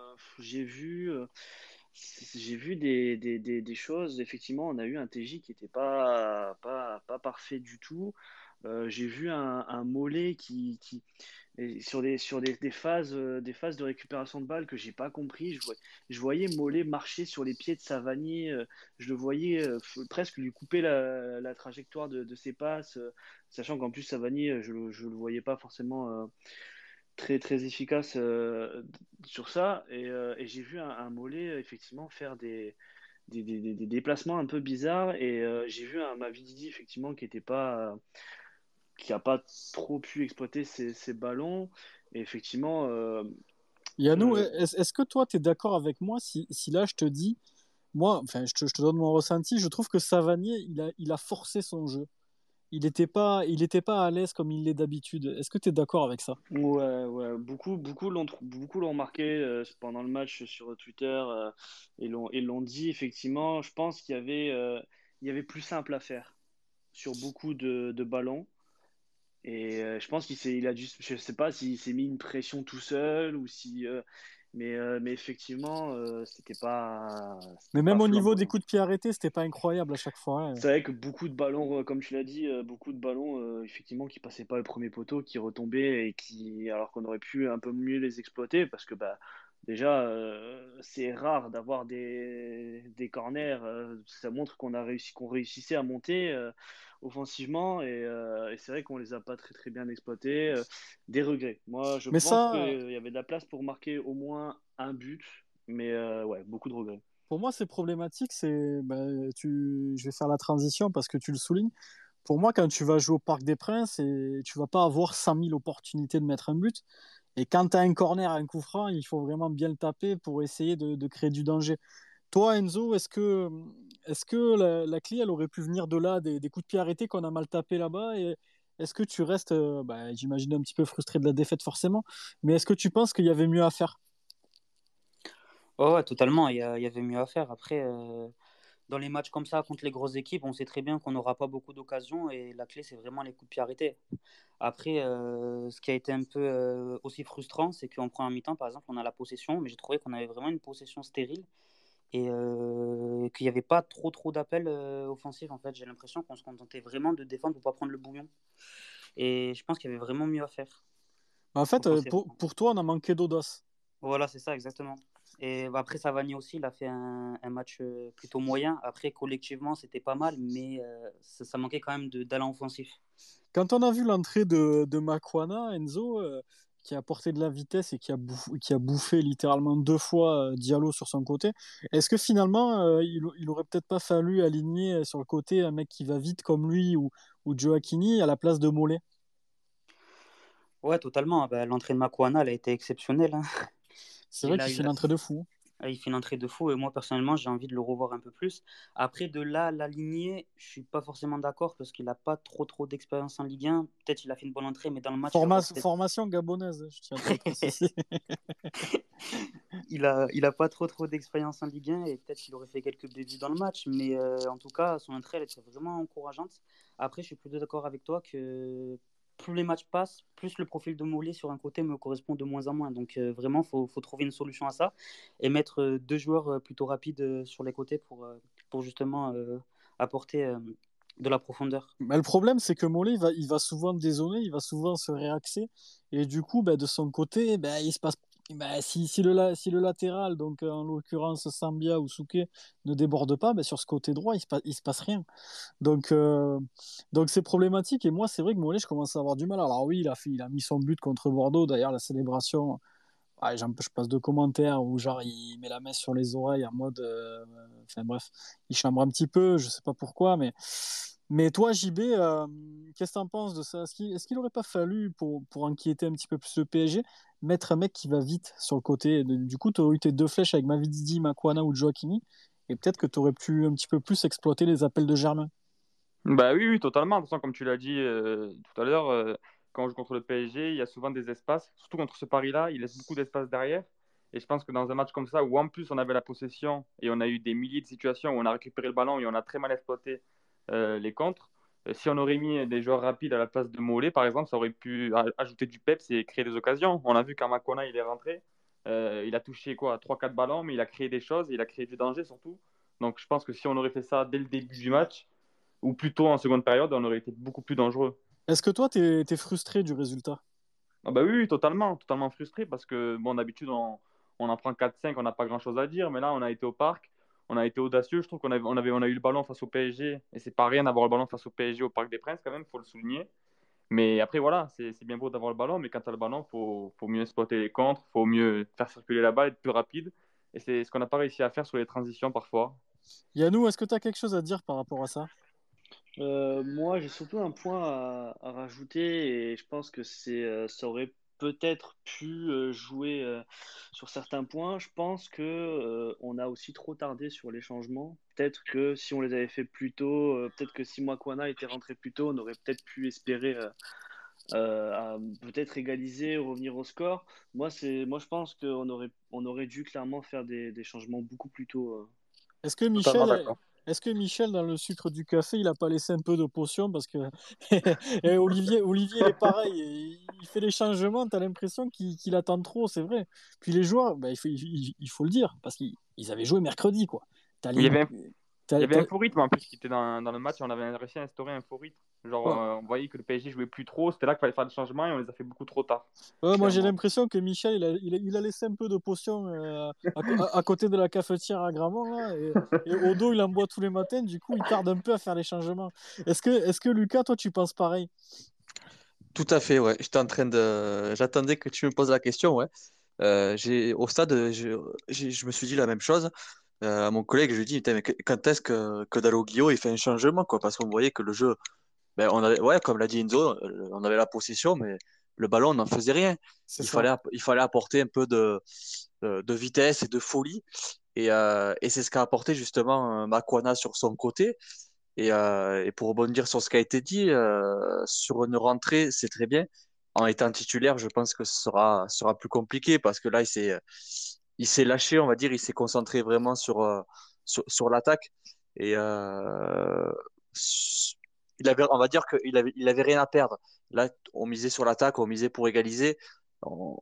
j'ai vu des choses. Effectivement, on a eu un TJ qui n'était pas parfait du tout. J'ai vu un Mollet et des phases de récupération de balles que j'ai pas compris. Je voyais Mollet marcher sur les pieds de Savanier. Je le voyais presque lui couper la trajectoire de ses passes, sachant qu'en plus Savanier, je le voyais pas forcément très efficace sur ça. Et j'ai vu un Mollet effectivement faire des déplacements un peu bizarres. Et j'ai vu un Mavididi effectivement qui a pas trop pu exploiter ses ballons. Et effectivement, Yannou, euh, est-ce que toi, tu es d'accord avec moi si là, je te dis, moi, enfin, je te donne mon ressenti, je trouve que Savanier, il a forcé son jeu. Il était pas à l'aise comme il l'est d'habitude. Est-ce que tu es d'accord avec ça? ouais, beaucoup l'ont marqué pendant le match sur Twitter et l'ont dit effectivement. Je pense il y avait plus simple à faire sur beaucoup de ballons. Et je pense il a dû, je sais pas s'il s'est mis une pression tout seul ou mais effectivement, Mais c'était pas même au niveau des flamboyant. coups de pied arrêtés, c'était pas incroyable à chaque fois. Hein. C'est vrai que beaucoup de ballons, comme tu l'as dit, beaucoup de ballons, effectivement, qui passaient pas le premier poteau, qui retombaient alors qu'on aurait pu un peu mieux les exploiter, parce que bah, déjà, c'est rare d'avoir des corners. Ça montre qu'on réussissait à monter offensivement, et c'est vrai qu'on les a pas très bien exploités. Des regrets. Moi, je Mais pense ça, qu'il y avait de la place pour marquer au moins un but, mais ouais, beaucoup de regrets. pour moi, c'est problématique. Je vais faire la transition parce que tu le soulignes. Pour moi, quand tu vas jouer au Parc des Princes, tu vas pas avoir 100 000 opportunités de mettre un but. Et quand tu as un corner, un coup franc, il faut vraiment bien le taper pour essayer de créer du danger. Toi, Enzo, est-ce que la clé, elle aurait pu venir de là, des coups de pied arrêtés qu'on a mal tapé là-bas et est-ce que tu restes, j'imagine, un petit peu frustré de la défaite forcément, mais est-ce que tu penses qu'il y avait mieux à faire? Ouais, ouais, totalement. Il y avait mieux à faire. Après, dans les matchs comme ça contre les grosses équipes, on sait très bien qu'on n'aura pas beaucoup d'occasions et la clé, c'est vraiment les coups de pied arrêtés. Après, ce qui a été un peu aussi frustrant, c'est qu'en première mi-temps, par exemple, on a la possession, mais j'ai trouvé qu'on avait vraiment une possession stérile et qu'il n'y avait pas trop d'appels offensifs. En fait, j'ai l'impression qu'on se contentait vraiment de défendre pour pas prendre le bouillon. Et je pense qu'il y avait vraiment mieux à faire En fait, offensivement. pour toi, on a manqué d'audace. Voilà, c'est ça, exactement. Et bah, après, Savani aussi, il a fait un match plutôt moyen. Après, collectivement, c'était pas mal, mais ça manquait quand même d'allant offensif. Quand on a vu l'entrée de Makwana, Enzo, qui a apporté de la vitesse et qui a bouffé littéralement 2 fois Diallo sur son côté, est-ce que finalement, il aurait peut-être pas fallu aligner sur le côté un mec qui va vite comme lui ou Gioacchini à la place de Mollet? Ouais, totalement. Bah, l'entrée de Makuana, elle a été exceptionnelle, hein. C'est vrai Il a qu'il eu fait une entrée de fou. il fait une entrée de fou et moi, personnellement, j'ai envie de le revoir un peu plus. Après, de là, l'aligner, je suis pas forcément d'accord parce qu'il a pas trop d'expérience en Ligue 1. Peut-être qu'il a fait une bonne entrée, mais dans le match, il aurait peut-être. Formation gabonaise, je tiens à te préciser. Il a pas trop d'expérience en Ligue 1 et peut-être qu'il aurait fait quelques bévues dans le match, mais en tout cas, son entrée, elle était vraiment encourageante. Après, je suis plutôt d'accord avec toi que plus les matchs passent, plus le profil de Mollet sur un côté me correspond de moins en moins. Donc vraiment, faut trouver une solution à ça et mettre 2 joueurs plutôt rapides sur les côtés pour justement apporter de la profondeur. Mais le problème, c'est que Mollet, il va souvent dézonner, il va souvent se réaxer. Et du coup, de son côté, il se passe. Si le latéral, donc en l'occurrence Sambia ou Souquet, ne déborde pas, sur ce côté droit, il se passe rien. Donc, c'est problématique. Et moi, c'est vrai que Mollet, je commence à avoir du mal. Alors oui, il a mis son but contre Bordeaux. D'ailleurs, la célébration, je passe de commentaires où genre il met la main sur les oreilles en mode, enfin bref, il chambre un petit peu, je sais pas pourquoi, mais toi JB, qu'est-ce que t'en penses de ça? Est-ce qu'il aurait pas fallu pour inquiéter un petit peu plus le PSG mettre un mec qui va vite sur le côté? Du coup, tu aurais eu tes 2 flèches avec Mavididi, Makwana ou Joaquini et peut-être que tu aurais pu un petit peu plus exploiter les appels de Germain. Bah oui, oui, totalement. De toute façon, comme tu l'as dit tout à l'heure, quand on joue contre le PSG, il y a souvent des espaces, surtout contre ce Paris-là, il laisse beaucoup d'espace derrière. Et je pense que dans un match comme ça, où en plus on avait la possession et on a eu des milliers de situations où on a récupéré le ballon et on a très mal exploité les contres, si on aurait mis des joueurs rapides à la place de Mollet, par exemple, ça aurait pu ajouter du peps et créer des occasions. On a vu quand Makona il est rentré, il a touché quoi, 3-4 ballons, mais il a créé des choses, il a créé du danger surtout. Donc je pense que si on aurait fait ça dès le début du match, ou plutôt en seconde période, on aurait été beaucoup plus dangereux. Est-ce que toi, t'es frustré du résultat? Ah bah oui, oui, totalement frustré parce que bon, d'habitude on en prend 4-5, on n'a pas grand-chose à dire, mais là on a été au parc, on a été audacieux, je trouve on a eu le ballon face au PSG et c'est pas rien d'avoir le ballon face au PSG au Parc des Princes quand même, faut le souligner. Mais après voilà, c'est bien beau d'avoir le ballon, mais quand tu as le ballon, faut mieux exploiter les contres, faut mieux faire circuler la balle, être plus rapide et c'est ce qu'on n'a pas réussi à faire sur les transitions parfois. Yanou, est-ce que tu as quelque chose à dire par rapport à ça? Moi, j'ai surtout un point à rajouter et je pense que ça aurait peut-être pu jouer sur certains points. Je pense que on a aussi trop tardé sur les changements. Peut-être que si on les avait fait plus tôt, peut-être que si Moikwana était rentré plus tôt, on aurait peut-être pu espérer peut-être égaliser, revenir au score. Moi, je pense qu'on aurait dû clairement faire des changements beaucoup plus tôt. Est-ce que Totalement Michel, d'accord. est-ce que Michel, dans le sucre du café, il a pas laissé un peu de potion parce que et Olivier, il est pareil, il fait les changements, t'as l'impression qu'il attend trop, c'est vrai. Puis les joueurs, il faut le dire, parce qu'ils avaient joué mercredi, quoi. T'as Il y les- avait Il y t'as- avait un t'as- faux rythme en plus qui était dans le match et on avait réussi à instaurer un faux rythme. Genre, ouais. on voyait que le PSG jouait plus trop, c'était là qu'il fallait faire des changements et on les a fait beaucoup trop tard, Ouais, moi j'ai clairement. l'impression que Michel, il a laissé un peu de potion à côté de la cafetière à Gramont, là, et Odo, il en boit tous les matins, du coup, il tarde un peu à faire les changements. Est-ce que Lucas, toi, tu penses pareil? Tout à fait, ouais. J'attendais que tu me poses la question, ouais. Au stade, je me suis dit la même chose. À mon collègue, je lui dis, putain, mais quand est-ce que Dalloglio il fait un changement, quoi? Parce qu'on voyait que le jeu, on avait, ouais, comme l'a dit Enzo, on avait la possession, mais le ballon, on n'en faisait rien. C'est Il ça. fallait apporter un peu de vitesse et de folie. Et c'est ce qu'a apporté justement Makwana sur son côté. Et pour rebondir sur ce qui a été dit, sur une rentrée, c'est très bien. En étant titulaire, je pense que ce sera plus compliqué parce que là, il s'est lâché, on va dire, il s'est concentré vraiment sur l'attaque. Et on va dire qu'il avait rien à perdre. Là, on misait sur l'attaque, on misait pour égaliser. On-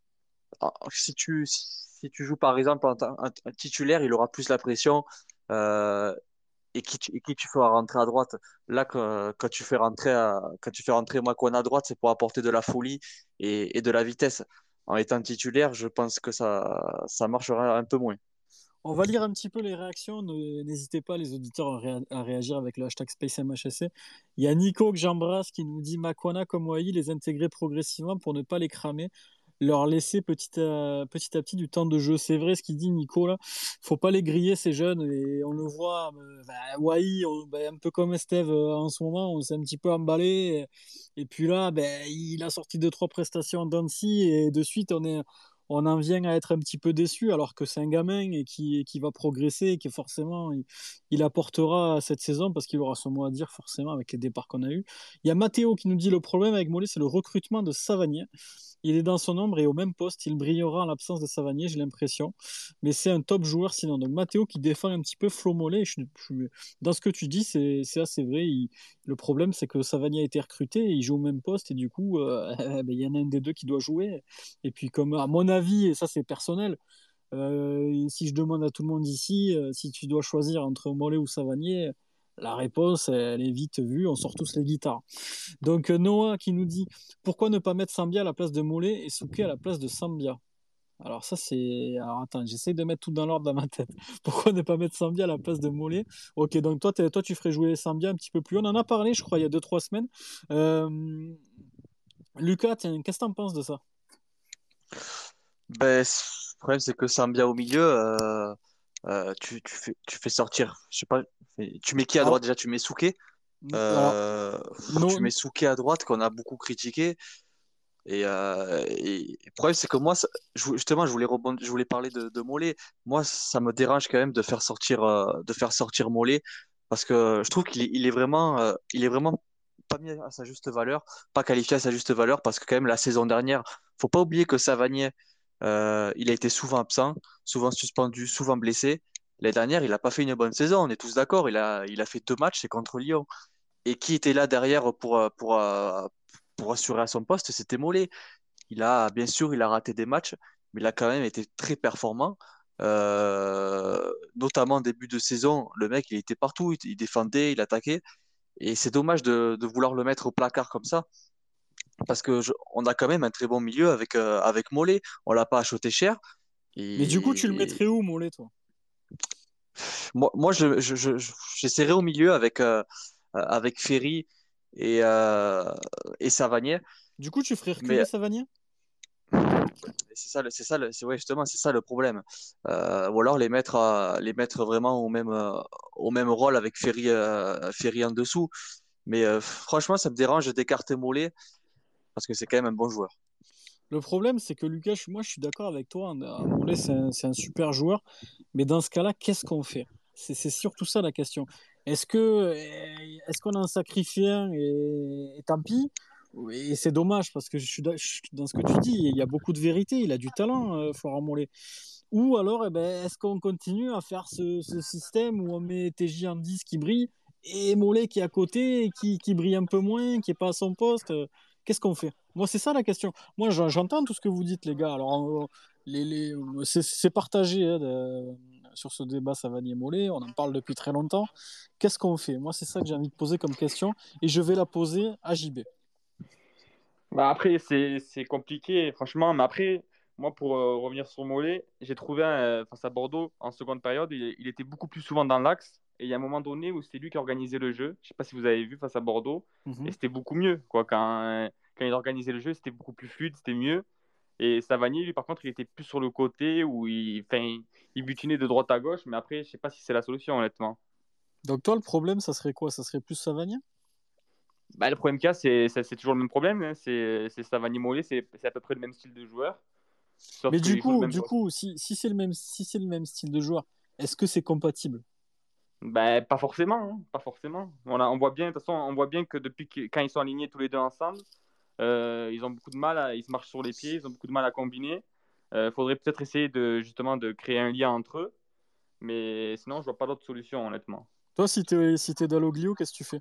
si tu joues par exemple un titulaire, il aura plus la pression. Euh, et qui tu feras rentrer à droite. Là, quand tu fais rentrer Makwan à droite, c'est pour apporter de la folie et de la vitesse. En étant titulaire, je pense que ça marchera un peu moins. On va lire un petit peu les réactions. N'hésitez pas, les auditeurs, à réagir avec le hashtag SpaceMHSC. Il y a Nico que j'embrasse qui nous dit Makwana comme Wai, les intégrer progressivement pour ne pas les cramer, leur laisser petit à petit du temps de jeu. C'est vrai ce qu'il dit Nico là. Faut pas les griller ces jeunes et on le voit. Wai, un peu comme Esteve en ce moment, on s'est un petit peu emballé. Et puis là, il a sorti 2 3 prestations en Dancy et de suite on en vient à être un petit peu déçu alors que c'est un gamin et qui va progresser et qui forcément il apportera cette saison parce qu'il aura son mot à dire forcément avec les départs qu'on a eus. Il y a Mathéo qui nous dit le problème avec Mollet c'est le recrutement de Savanier. Il est dans son ombre et au même poste, il brillera en l'absence de Savanier, j'ai l'impression. Mais c'est un top joueur sinon. Donc Mathéo qui défend un petit peu Flo Mollet. Dans ce que tu dis, c'est assez vrai. Le problème, c'est que Savanier a été recruté et il joue au même poste et du coup, il y en a un des deux qui doit jouer. Et puis, comme à mon avis, et ça c'est personnel, si je demande à tout le monde ici, si tu dois choisir entre Mollet ou Savanier, la réponse, elle est vite vue, on sort tous les guitares. Donc Noah qui nous dit pourquoi ne pas mettre Sambia à la place de Mollet et Souquet à la place de Sambia. Alors ça c'est... Alors attends, j'essaie de mettre tout dans l'ordre dans ma tête. Pourquoi ne pas mettre Sambia à la place de Mollet? Ok, donc toi tu ferais jouer Sambia un petit peu plus haut. On en a parlé, je crois, il y a 2 3 semaines. Lucas, tiens, qu'est-ce que t'en penses de ça? Ben, le problème, c'est que Sambia au milieu, tu fais sortir, je sais pas, tu mets qui à Alors, droite déjà? Tu mets Souquet. alors Tu non, mets Souquet à droite qu'on a beaucoup critiqué. Et le problème, c'est que moi, justement, je voulais parler de Mollet. Moi, ça me dérange quand même de faire sortir Mollet parce que je trouve qu'il est vraiment pas mis à sa juste valeur, pas qualifié à sa juste valeur parce que quand même la saison dernière, faut pas oublier que Savanier, il a été souvent absent, souvent suspendu, souvent blessé. L'année dernière, il n'a pas fait une bonne saison, on est tous d'accord. Il a fait 2 matchs, c'est contre Lyon. Et qui était là derrière pour assurer à son poste, c'était Mollet. Bien sûr, il a raté des matchs, mais il a quand même été très performant. Notamment en début de saison, le mec, il était partout, il défendait, il attaquait. Et c'est dommage de vouloir le mettre au placard comme ça, parce que on a quand même un très bon milieu avec Mollet. On l'a pas acheté cher. mais du coup tu le Et mettrais où, Mollet, toi? moi, j'essaierai au milieu avec Ferry et Savanier. Du coup tu ferais reculer Mais Savanier? ouais, justement, c'est ça le problème. Ou alors les mettre vraiment au même rôle avec Ferry en dessous. Mais franchement, ça me dérange d'écarter Mollet parce que c'est quand même un bon joueur. Le problème, c'est que Lucas, moi, je suis d'accord avec toi. Moulay, c'est un super joueur. Mais dans ce cas-là, qu'est-ce qu'on fait? C'est surtout ça la question. Est-ce qu'on en sacrifie un et tant pis? Et c'est dommage parce que dans ce que tu dis, il y a beaucoup de vérité. Il a du talent, Florent Mollet. Ou alors, est-ce qu'on continue à faire ce système où on met TJ en 10 qui brille et Mollet qui est à côté, qui brille un peu moins, qui est pas à son poste? Qu'est-ce qu'on fait? Moi, c'est ça la question. Moi, j'entends tout ce que vous dites, les gars. Alors, c'est partagé hein, sur ce débat Savanier-Mollet. On en parle depuis très longtemps. Qu'est-ce qu'on fait? Moi, c'est ça que j'ai envie de poser comme question et je vais la poser à JB. Bah après, c'est compliqué, franchement. Mais après, moi, pour revenir sur Mollet, j'ai trouvé face à Bordeaux en seconde période, il était beaucoup plus souvent dans l'axe. Et il y a un moment donné où c'était lui qui organisait le jeu. Je sais pas si vous avez vu face à Bordeaux. Et Mhm. c'était beaucoup mieux, quoi. Quand il organisait le jeu, c'était beaucoup plus fluide, c'était mieux. Et Savanier, lui, par contre, il était plus sur le côté où il butinait de droite à gauche. Mais après, je sais pas si c'est la solution, honnêtement. Donc, toi, le problème, ça serait quoi? Ça serait plus Savanier? Bah, le problème qu'il y a, c'est toujours le même problème. Hein. C'est Savani Mollet, c'est à peu près le même style de joueur. Sauf Mais du qu'ils jouent le coup, même du poste. coup, si c'est le même style de joueur, est-ce que c'est compatible? Bah, pas forcément. Hein, pas forcément. On voit bien, de toute façon, on voit bien que quand ils sont alignés tous les deux ensemble, ils ont beaucoup de mal, ils se marchent sur les pieds, ils ont beaucoup de mal à combiner. Il faudrait peut-être essayer justement de créer un lien entre eux. Mais sinon, je vois pas d'autre solution, honnêtement. Toi, si t'es Dalloglio, qu'est-ce que tu fais?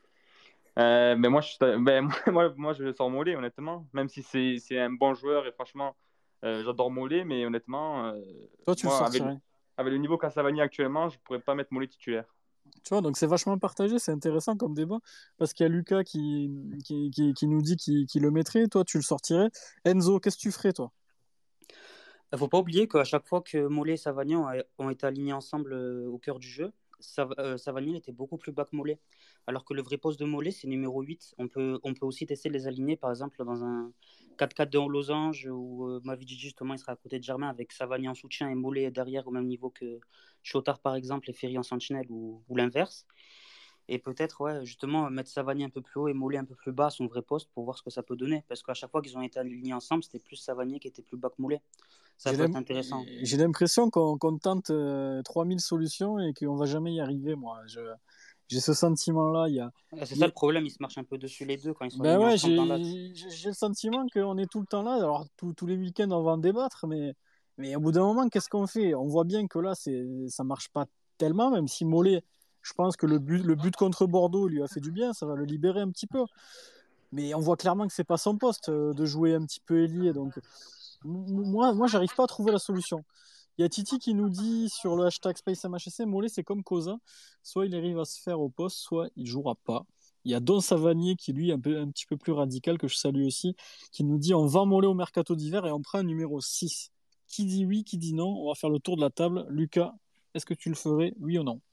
Mais moi, je sors Mollet, honnêtement. Même si c'est un bon joueur et franchement, j'adore Mollet, mais honnêtement, Toi, tu le moi, sortirais. avec le niveau qu'a Savani actuellement, je pourrais pas mettre Mollet titulaire. Tu vois, donc c'est vachement partagé, c'est intéressant comme débat, parce qu'il y a Lucas qui nous dit qu'il le mettrait, toi, tu le sortirais. Enzo, qu'est-ce que tu ferais, toi? Il ne faut pas oublier qu'à chaque fois que Mollet et Savanier ont été alignés ensemble au cœur du jeu, Savanier était beaucoup plus bas que Mollet. Alors que le vrai poste de Mollet, c'est numéro 8. On peut aussi tester de les aligner, par exemple, dans un 4-4-2 en losange, où Mavidi, justement, il sera à côté de Germain, avec Savanier en soutien et Mollet derrière, au même niveau que Chotard, par exemple, et Ferry en sentinelle, ou l'inverse. Et peut-être, ouais, justement, mettre Savanier un peu plus haut et Mollet un peu plus bas à son vrai poste pour voir ce que ça peut donner. Parce qu'à chaque fois qu'ils ont été alignés ensemble, c'était plus Savanier qui était plus bas que Mollet. Ça J'ai peut être l'im- intéressant. j'ai l'impression qu'on tente 3000 solutions et qu'on va jamais y arriver, moi. J'ai ce sentiment-là. C'est Il y ça a- le problème, ils se marchent un peu dessus les deux quand ils sont Ben alignés ouais, ensemble dans l'axe. j'ai le sentiment qu'on est tout le temps là. Alors, tous les week-ends, on va en débattre, mais au bout d'un moment, qu'est-ce qu'on fait? On voit bien que là, ça marche pas tellement, même si Mollet, je pense que le but contre Bordeaux lui a fait du bien, ça va le libérer un petit peu. Mais on voit clairement que c'est pas son poste de jouer un petit peu ailier. Donc, moi, j'arrive pas à trouver la solution. Il y a Titi qui nous dit sur le hashtag SpaceMHC, Mollet, c'est comme Cosa. Soit il arrive à se faire au poste, soit il jouera pas. Il y a Don Savanier qui, lui, est un petit peu plus radical, que je salue aussi, qui nous dit on vend Mollet au mercato d'hiver et on prend un numéro 6. Qui dit oui, qui dit non? On va faire le tour de la table. Lucas, est-ce que tu le ferais, oui ou non?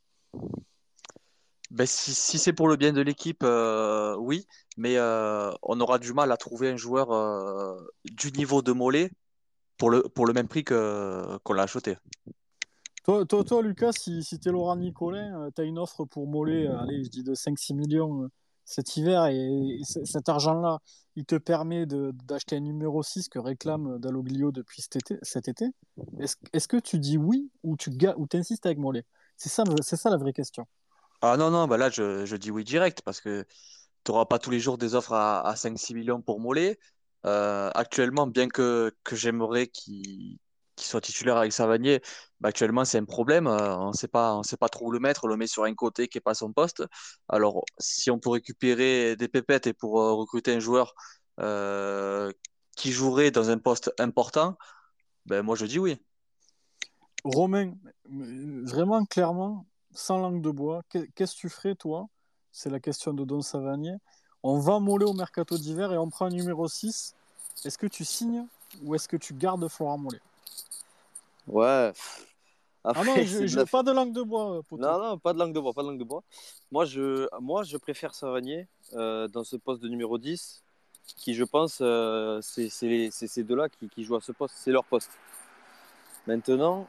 Ben, si c'est pour le bien de l'équipe, oui, mais on aura du mal à trouver un joueur du niveau de Mollet pour le même prix qu'on l'a acheté. Toi, Lucas, si tu es Laurent Nicolin, tu as une offre pour Mollet, allez, je dis de 5-6 millions cet hiver, et cet argent-là, il te permet d'acheter un numéro 6 que réclame Dalloglio depuis cet été. Est-ce que tu dis oui ou t'insistes avec Mollet? C'est ça la vraie question. Ah non, non, bah là, je dis oui direct parce que tu n'auras pas tous les jours des offres à 5-6 millions pour Mollet. Actuellement, bien que j'aimerais qu'il soit titulaire avec Savanier, bah actuellement, c'est un problème. On sait pas trop où le mettre. On le met sur un côté qui n'est pas son poste. Alors, si on peut récupérer des pépettes et pour recruter un joueur euh, qui jouerait dans un poste important, ben moi, je dis oui. Romain, vraiment clairement, sans langue de bois, qu'est-ce que tu ferais, toi? C'est la question de Don Savanier. On va Mollet au mercato d'hiver et on prend un numéro 6. Est-ce que tu signes ou est-ce que tu gardes Florent Mollet? Ouais. Ah non, Après, c'est de la. pas de langue de bois, poteau. Non, non, pas de langue de bois, pas de langue de bois. Moi, je préfère Savanier dans ce poste de numéro 10, qui, je pense, c'est ces deux-là qui jouent à ce poste. C'est leur poste. Maintenant,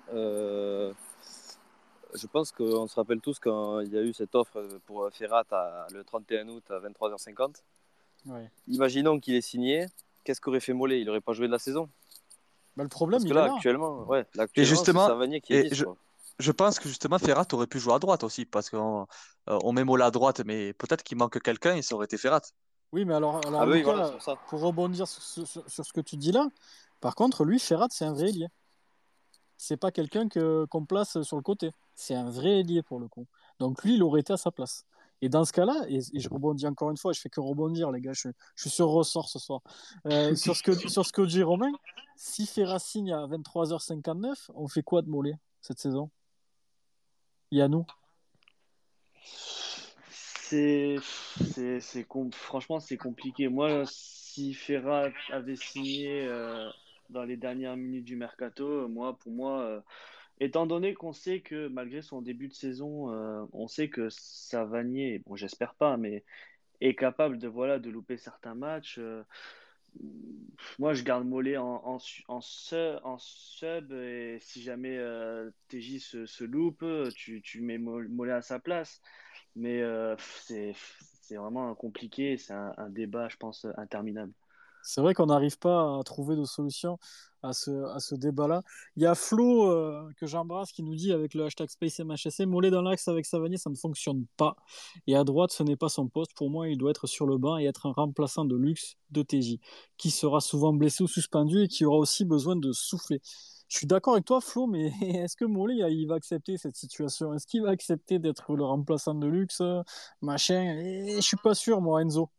je pense qu'on se rappelle tous quand il y a eu cette offre pour Ferrat le 31 août à 23h50. Ouais. Imaginons qu'il est signé. Qu'est-ce qu'aurait fait Mollet? Il n'aurait pas joué de la saison. Bah, le problème, Parce que il est là, là. Et actuellement, c'est justement, Savanier qui est et 10, quoi. je pense que justement Ferrat aurait pu jouer à droite aussi parce qu'on met Mola à droite, mais peut-être qu'il manque quelqu'un et ça aurait été Ferrat. Oui, mais alors Ah bah oui, voilà, c'est Lucas, pour ça. pour rebondir sur ce que tu dis là, par contre, lui, Ferrat, c'est un vrai ailier. C'est pas quelqu'un qu'on place sur le côté. C'est un vrai ailier pour le coup. Donc lui, il aurait été à sa place. Et dans ce cas-là, et je rebondis encore une fois, je fais que rebondir, les gars, je suis sur ressort ce soir. Sur ce que dit Romain, si Ferrat signe à 23h59, on fait quoi de Mollet cette saison? Yannou? Franchement, c'est compliqué. Moi, si Ferrat avait signé dans les dernières minutes du mercato, pour moi, étant donné qu'on sait que malgré son début de saison, on sait que Savanier, bon, j'espère pas, mais est capable de voilà de louper certains matchs. Moi, je garde Mollet en sub et si jamais TJ se loupe, tu mets Mollet à sa place. Mais c'est vraiment compliqué. C'est un débat, je pense, interminable. C'est vrai qu'on n'arrive pas à trouver de solution à ce débat-là. Il y a Flo, que j'embrasse, qui nous dit avec le hashtag SpaceMHSC, Mollet dans l'axe avec Savanier, ça ne fonctionne pas. Et à droite, ce n'est pas son poste. Pour moi, il doit être sur le banc et être un remplaçant de luxe de TJ, qui sera souvent blessé ou suspendu et qui aura aussi besoin de souffler. Je suis d'accord avec toi, Flo, mais est-ce que Mollet, il va accepter cette situation? Est-ce qu'il va accepter d'être le remplaçant de luxe, machin? Et je suis pas sûr, moi, Enzo.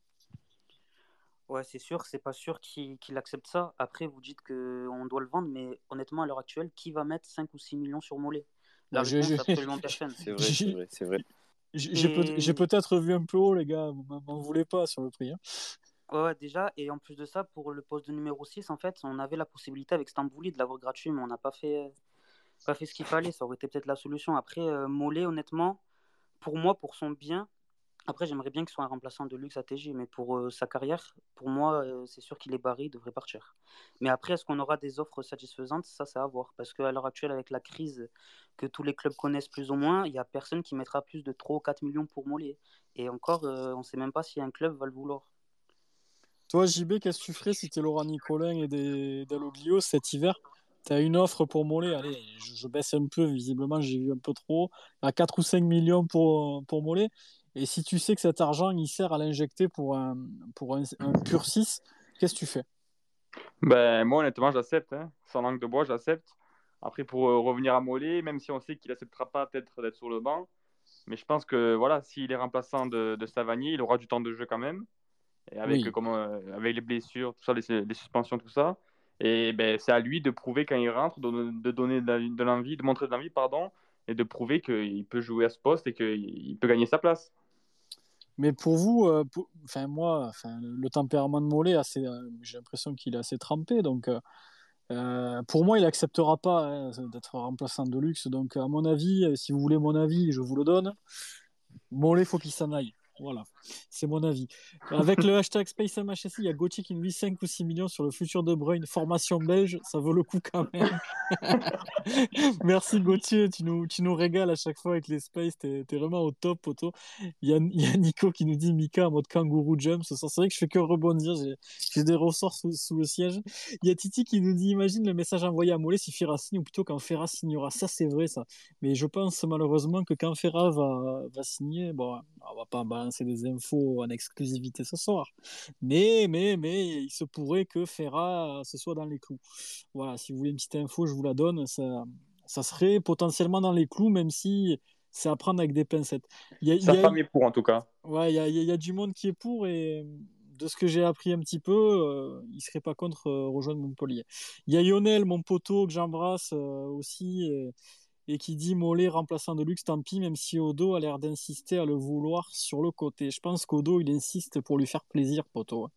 Ouais, c'est sûr, c'est pas sûr qu'il accepte ça. Après, vous dites qu'on doit le vendre, mais honnêtement, à l'heure actuelle, qui va mettre 5 ou 6 millions sur Mollet? La Bah, réponse, c'est absolument personne. C'est vrai, c'est j'ai vrai, c'est vrai. j'ai Et peut-être vu un peu haut, les gars. M'en voulez pas sur le prix, hein. ouais, déjà, et en plus de ça, pour le poste de numéro 6 en fait, on avait la possibilité avec Stambouli de l'avoir gratuit, mais on n'a pas fait ce qu'il fallait. Ça aurait été peut-être la solution. Après, Mollet, honnêtement, pour moi, pour son bien, après, j'aimerais bien qu'il soit un remplaçant de luxe à TJ, mais pour sa carrière, pour moi, c'est sûr qu'il est barré, il devrait partir. Mais après, est-ce qu'on aura des offres satisfaisantes? Ça, c'est à voir. Parce qu'à l'heure actuelle, avec la crise que tous les clubs connaissent plus ou moins, il n'y a personne qui mettra plus de 3 ou 4 millions pour Mollet. Et encore, on ne sait même pas si un club va le vouloir. Toi, JB, qu'est-ce que tu ferais si t'es Laurent Nicolin et Dalloglio cet hiver? T'as une offre pour Mollet. Allez, je baisse un peu, visiblement, j'ai vu un peu trop. À 4 ou 5 millions pour Mollet. Et si tu sais que cet argent, il sert à l'injecter pour un pur 6, qu'est-ce que tu fais? Ben, moi, honnêtement, j'accepte. Hein. Sans langue de bois, j'accepte. Après, pour revenir à Mollet, même si on sait qu'il acceptera pas peut-être d'être sur le banc, mais je pense que voilà, s'il est remplaçant de Savanier, il aura du temps de jeu quand même. Et avec, Oui. avec les blessures, tout ça, les suspensions, tout ça. Et ben, c'est à lui de prouver quand il rentre, de donner de l'envie, de montrer de l'envie, pardon, et de prouver qu'il peut jouer à ce poste et qu'il peut gagner sa place. Mais pour vous, enfin moi, enfin le tempérament de Mollet, j'ai l'impression qu'il est assez trempé, donc pour moi, il acceptera pas, hein, d'être remplaçant de luxe. Donc à mon avis, si vous voulez mon avis, je vous le donne. Mollet, faut qu'il s'en aille. Voilà, c'est mon avis. Avec le hashtag SpaceMHSI, il y a Gauthier qui nous dit 5 ou 6 millions sur le futur De Bruyne, formation belge, ça vaut le coup quand même. Merci Gauthier, tu nous régales à chaque fois avec les Space, t'es vraiment au top, poteau. Il y a Nico qui nous dit Mika en mode kangourou jump. C'est vrai que je fais que rebondir, j'ai des ressorts sous le siège. Il y a Titi qui nous dit imagine le message envoyé à Mollet si Ferra signe ou plutôt quand Ferra signera. Ça, c'est vrai, ça. Mais je pense malheureusement que quand Ferra va signer, bon, on va pas balancer des infos en exclusivité ce soir. Mais, il se pourrait que Ferra se soit dans les clous. Voilà, si vous voulez une petite info, je vous la donne. Ça serait potentiellement dans les clous, même si c'est à prendre avec des pincettes. Sa femme est pour, en tout cas. Ouais, il y a du monde qui est pour et de ce que j'ai appris un petit peu, il serait pas contre rejoindre Montpellier. Il y a Lionel, mon poteau, que j'embrasse aussi, et qui dit Mollet, remplaçant de luxe, tant pis, même si Odo a l'air d'insister à le vouloir sur le côté. Je pense qu'Odo, il insiste pour lui faire plaisir, poteau.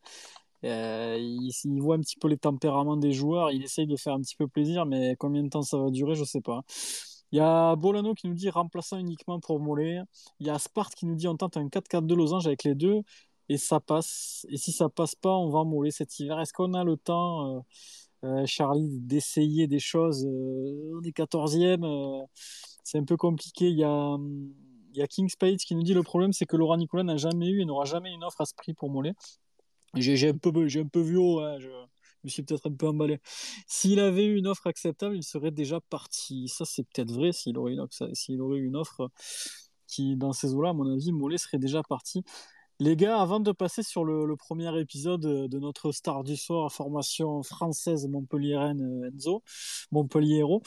Il voit un petit peu les tempéraments des joueurs, il essaye de faire un petit peu plaisir, mais combien de temps ça va durer, je sais pas. Il y a Bolano qui nous dit remplaçant uniquement pour Mollet. Il y a Sparte qui nous dit on tente un 4-4-2 losange avec les deux et ça passe. Et si ça passe pas, on va Mollet cet hiver. Est-ce qu'on a le temps, Charlie, d'essayer des choses? On est 14e, c'est un peu compliqué. Il y a King Spades qui nous dit le problème c'est que Laurent Nicolas n'a jamais eu et n'aura jamais une offre à ce prix pour Mollet. J'ai un peu vu haut, hein, je me suis peut-être un peu emballé. S'il avait eu une offre acceptable, il serait déjà parti. Ça, c'est peut-être vrai. S'il aurait eu une offre qui, dans ces eaux-là, à mon avis, Mollet serait déjà parti. Les gars, avant de passer sur le premier épisode de notre star du soir, formation française montpelliéraine, Enzo, Montpellier Héros,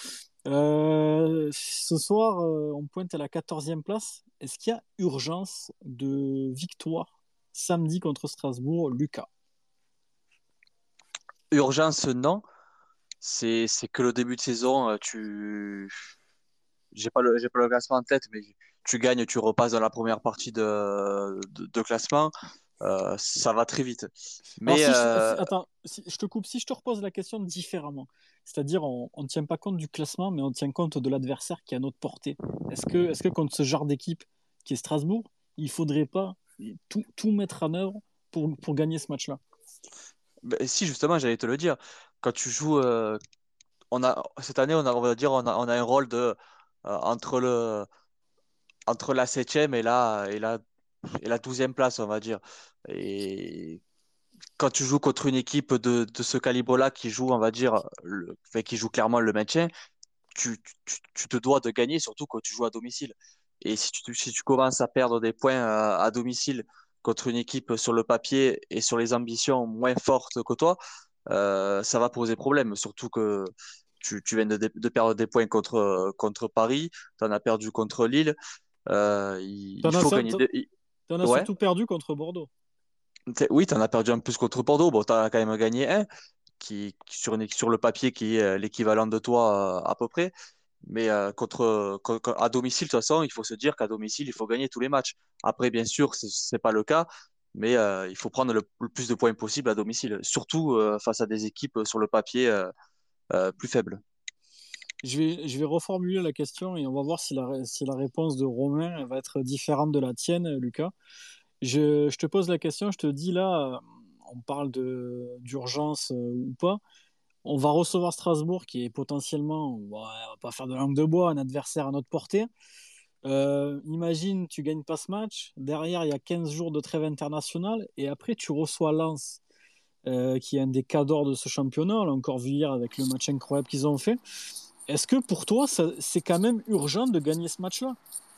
ce soir, on pointe à la 14e place. Est-ce qu'il y a urgence de victoire samedi contre Strasbourg, Lucas? Urgence, non. C'est que le début de saison. J'ai pas le classement en tête, mais tu gagnes, tu repasses dans la première partie de classement. Ça va très vite. Alors, Mais attends, je te coupe, si je te repose la question différemment, c'est-à-dire on ne tient pas compte du classement, mais on tient compte de l'adversaire qui est à notre portée. Est-ce que contre ce genre d'équipe qui est Strasbourg, il faudrait pas tout mettre en œuvre pour gagner ce match-là? ben, si, justement, j'allais te le dire. Quand tu joues, cette année, on va dire, on a un rôle de, entre la septième et la et la 12e place, on va dire. Et quand tu joues contre une équipe de ce calibre-là qui joue, on va dire, enfin, qui joue clairement le maintien, tu te dois de gagner, surtout quand tu joues à domicile. Et si tu commences à perdre des points à domicile contre une équipe sur le papier et sur les ambitions moins fortes que toi, ça va poser problème. Surtout que tu viens de perdre des points contre Paris, tu en as perdu contre Lille. T'en Il as, faut sur- gagner. t'en as Ouais. surtout perdu contre Bordeaux. Oui, tu en as perdu un plus contre Bordeaux. Bon, tu as quand même gagné un sur le papier qui est l'équivalent de toi à peu près. Mais à domicile, de toute façon, il faut se dire qu'à domicile, il faut gagner tous les matchs. Après, bien sûr, c'est pas le cas, mais il faut prendre le plus de points possible à domicile, surtout face à des équipes sur le papier plus faibles. Je vais reformuler la question et on va voir si la réponse de Romain elle va être différente de la tienne, Lucas. Je te pose la question, je te dis là, on parle d'urgence ou pas. On va recevoir Strasbourg qui est potentiellement, on va pas faire de langue de bois, un adversaire à notre portée. Imagine, tu gagnes pas ce match. Derrière, il y a 15 jours de trêve internationale et après, tu reçois Lens, qui est un des cadors de ce championnat. On l'a encore vu hier avec le match incroyable qu'ils ont fait. Est-ce que pour toi, c'est quand même urgent de gagner ce match-là?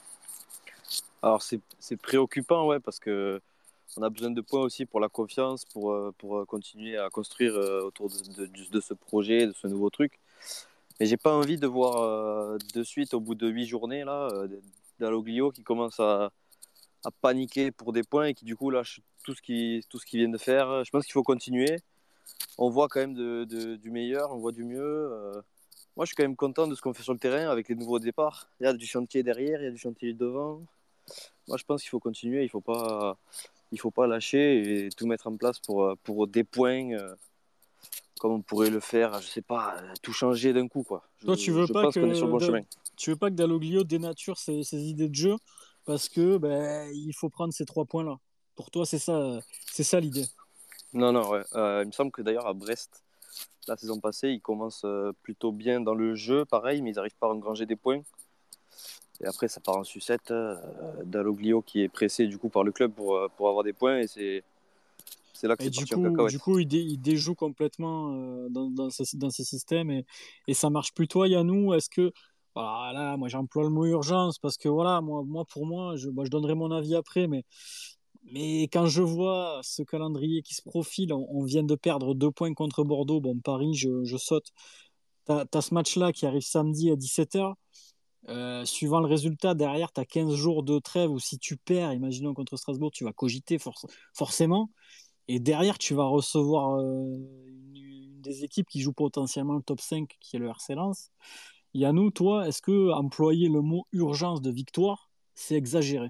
Alors c'est préoccupant, ouais, parce que on a besoin de points aussi pour la confiance, pour continuer à construire autour de ce projet, de ce nouveau truc. Mais j'ai pas envie de voir de suite, au bout de 8 journées, là, Dalloglio qui commence à paniquer pour des points et qui du coup lâche tout ce qu'il vient de faire. Je pense qu'il faut continuer. On voit quand même du meilleur, on voit du mieux. Moi, je suis quand même content de ce qu'on fait sur le terrain avec les nouveaux départs. Il y a du chantier derrière, il y a du chantier devant. Moi, je pense qu'il faut continuer, il faut pas lâcher et tout mettre en place pour des points, comme on pourrait le faire, je sais pas, tout changer d'un coup, quoi. Toi, Je pense qu'on est sur le bon chemin. tu veux pas que Dalloglio dénature ses idées de jeu parce que ben, il faut prendre ces 3 points-là. Pour toi, c'est ça l'idée. Non, non, ouais. Il me semble que d'ailleurs à Brest, la saison passée, ils commencent plutôt bien dans le jeu, pareil, mais ils n'arrivent pas à engranger des points. Et après, ça part en sucette. Dalloglio qui est pressé du coup par le club pour avoir des points et c'est là que Et c'est du parti en coup, cacahuète. du coup il déjoue complètement dans ces systèmes et ça marche plus. Toi, Yannou, est-ce que. Voilà, là, moi j'emploie le mot urgence parce que voilà, pour moi, je donnerai mon avis après, mais quand je vois ce calendrier qui se profile, on vient de perdre 2 points contre Bordeaux. Bon, Paris, je saute. T'as ce match-là qui arrive samedi à 17h. Suivant le résultat, derrière, tu as 15 jours de trêve où si tu perds, imaginons contre Strasbourg, tu vas cogiter forcément. Et derrière, tu vas recevoir une des équipes qui joue potentiellement le top 5, qui est le RC Lens. Yannou, toi, est-ce que employer le mot urgence de victoire, c'est exagéré?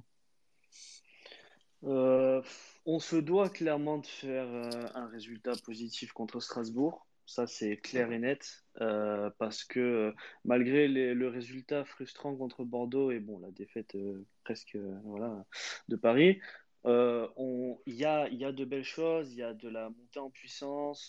Euh, on se doit clairement de faire un résultat positif contre Strasbourg. Ça, c'est clair et net. Parce que malgré le résultat frustrant contre Bordeaux et bon, la défaite presque voilà, de Paris, il y a de belles choses. Il y a de la montée en puissance.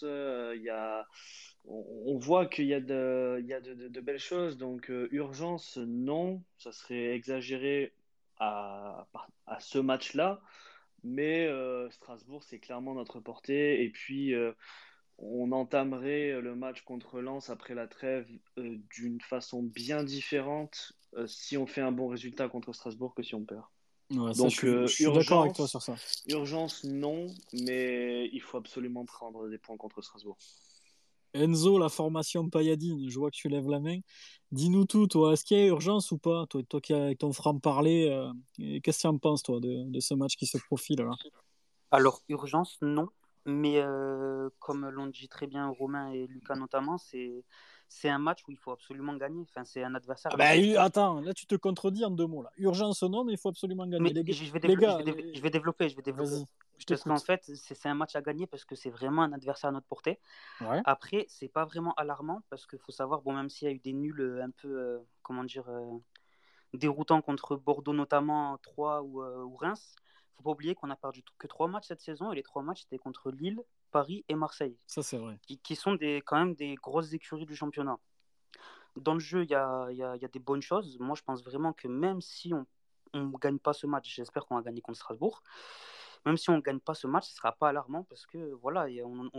On voit qu'il y a de belles choses. Donc, urgence, non. Ça serait exagéré à ce match-là. Mais Strasbourg, c'est clairement notre portée. Et puis, on entamerait le match contre Lens après la trêve d'une façon bien différente si on fait un bon résultat contre Strasbourg que si on perd. Ouais, ça, Donc, je suis d'accord avec toi sur ça. urgence, non, mais il faut absolument prendre des points contre Strasbourg. Enzo, la formation Payadine, je vois que tu lèves la main. Dis-nous tout, toi. Est-ce qu'il y a urgence ou pas? Toi qui as avec ton franc-parler, qu'est-ce que tu en penses, toi, de ce match qui se profile là? Alors, urgence, non. Mais comme l'ont dit très bien Romain et Lucas notamment, c'est un match où il faut absolument gagner. Enfin, c'est un adversaire Ah à notre portée. attends, là tu te contredis en 2 mots là. Urgence non, mais il faut absolument gagner. Mais je vais, Les développer, gars, je vais développer, je vais développer. vas-y, je Parce qu'en t'écoute. fait, c'est un match à gagner parce que c'est vraiment un adversaire à notre portée. Ouais. Après, c'est pas vraiment alarmant parce qu'il faut savoir, bon, même s'il y a eu des nuls un peu, comment dire, déroutants contre Bordeaux notamment, 3 ou Reims, faut pas oublier qu'on a perdu que 3 matchs cette saison et les 3 matchs c'était contre Lille, Paris et Marseille, Ça c'est vrai. qui sont quand même des grosses écuries du championnat. Dans le jeu, il y a des bonnes choses. Moi, je pense vraiment que même si on ne gagne pas ce match, j'espère qu'on va gagner contre Strasbourg. Même si on ne gagne pas ce match, ce ne sera pas alarmant parce que voilà,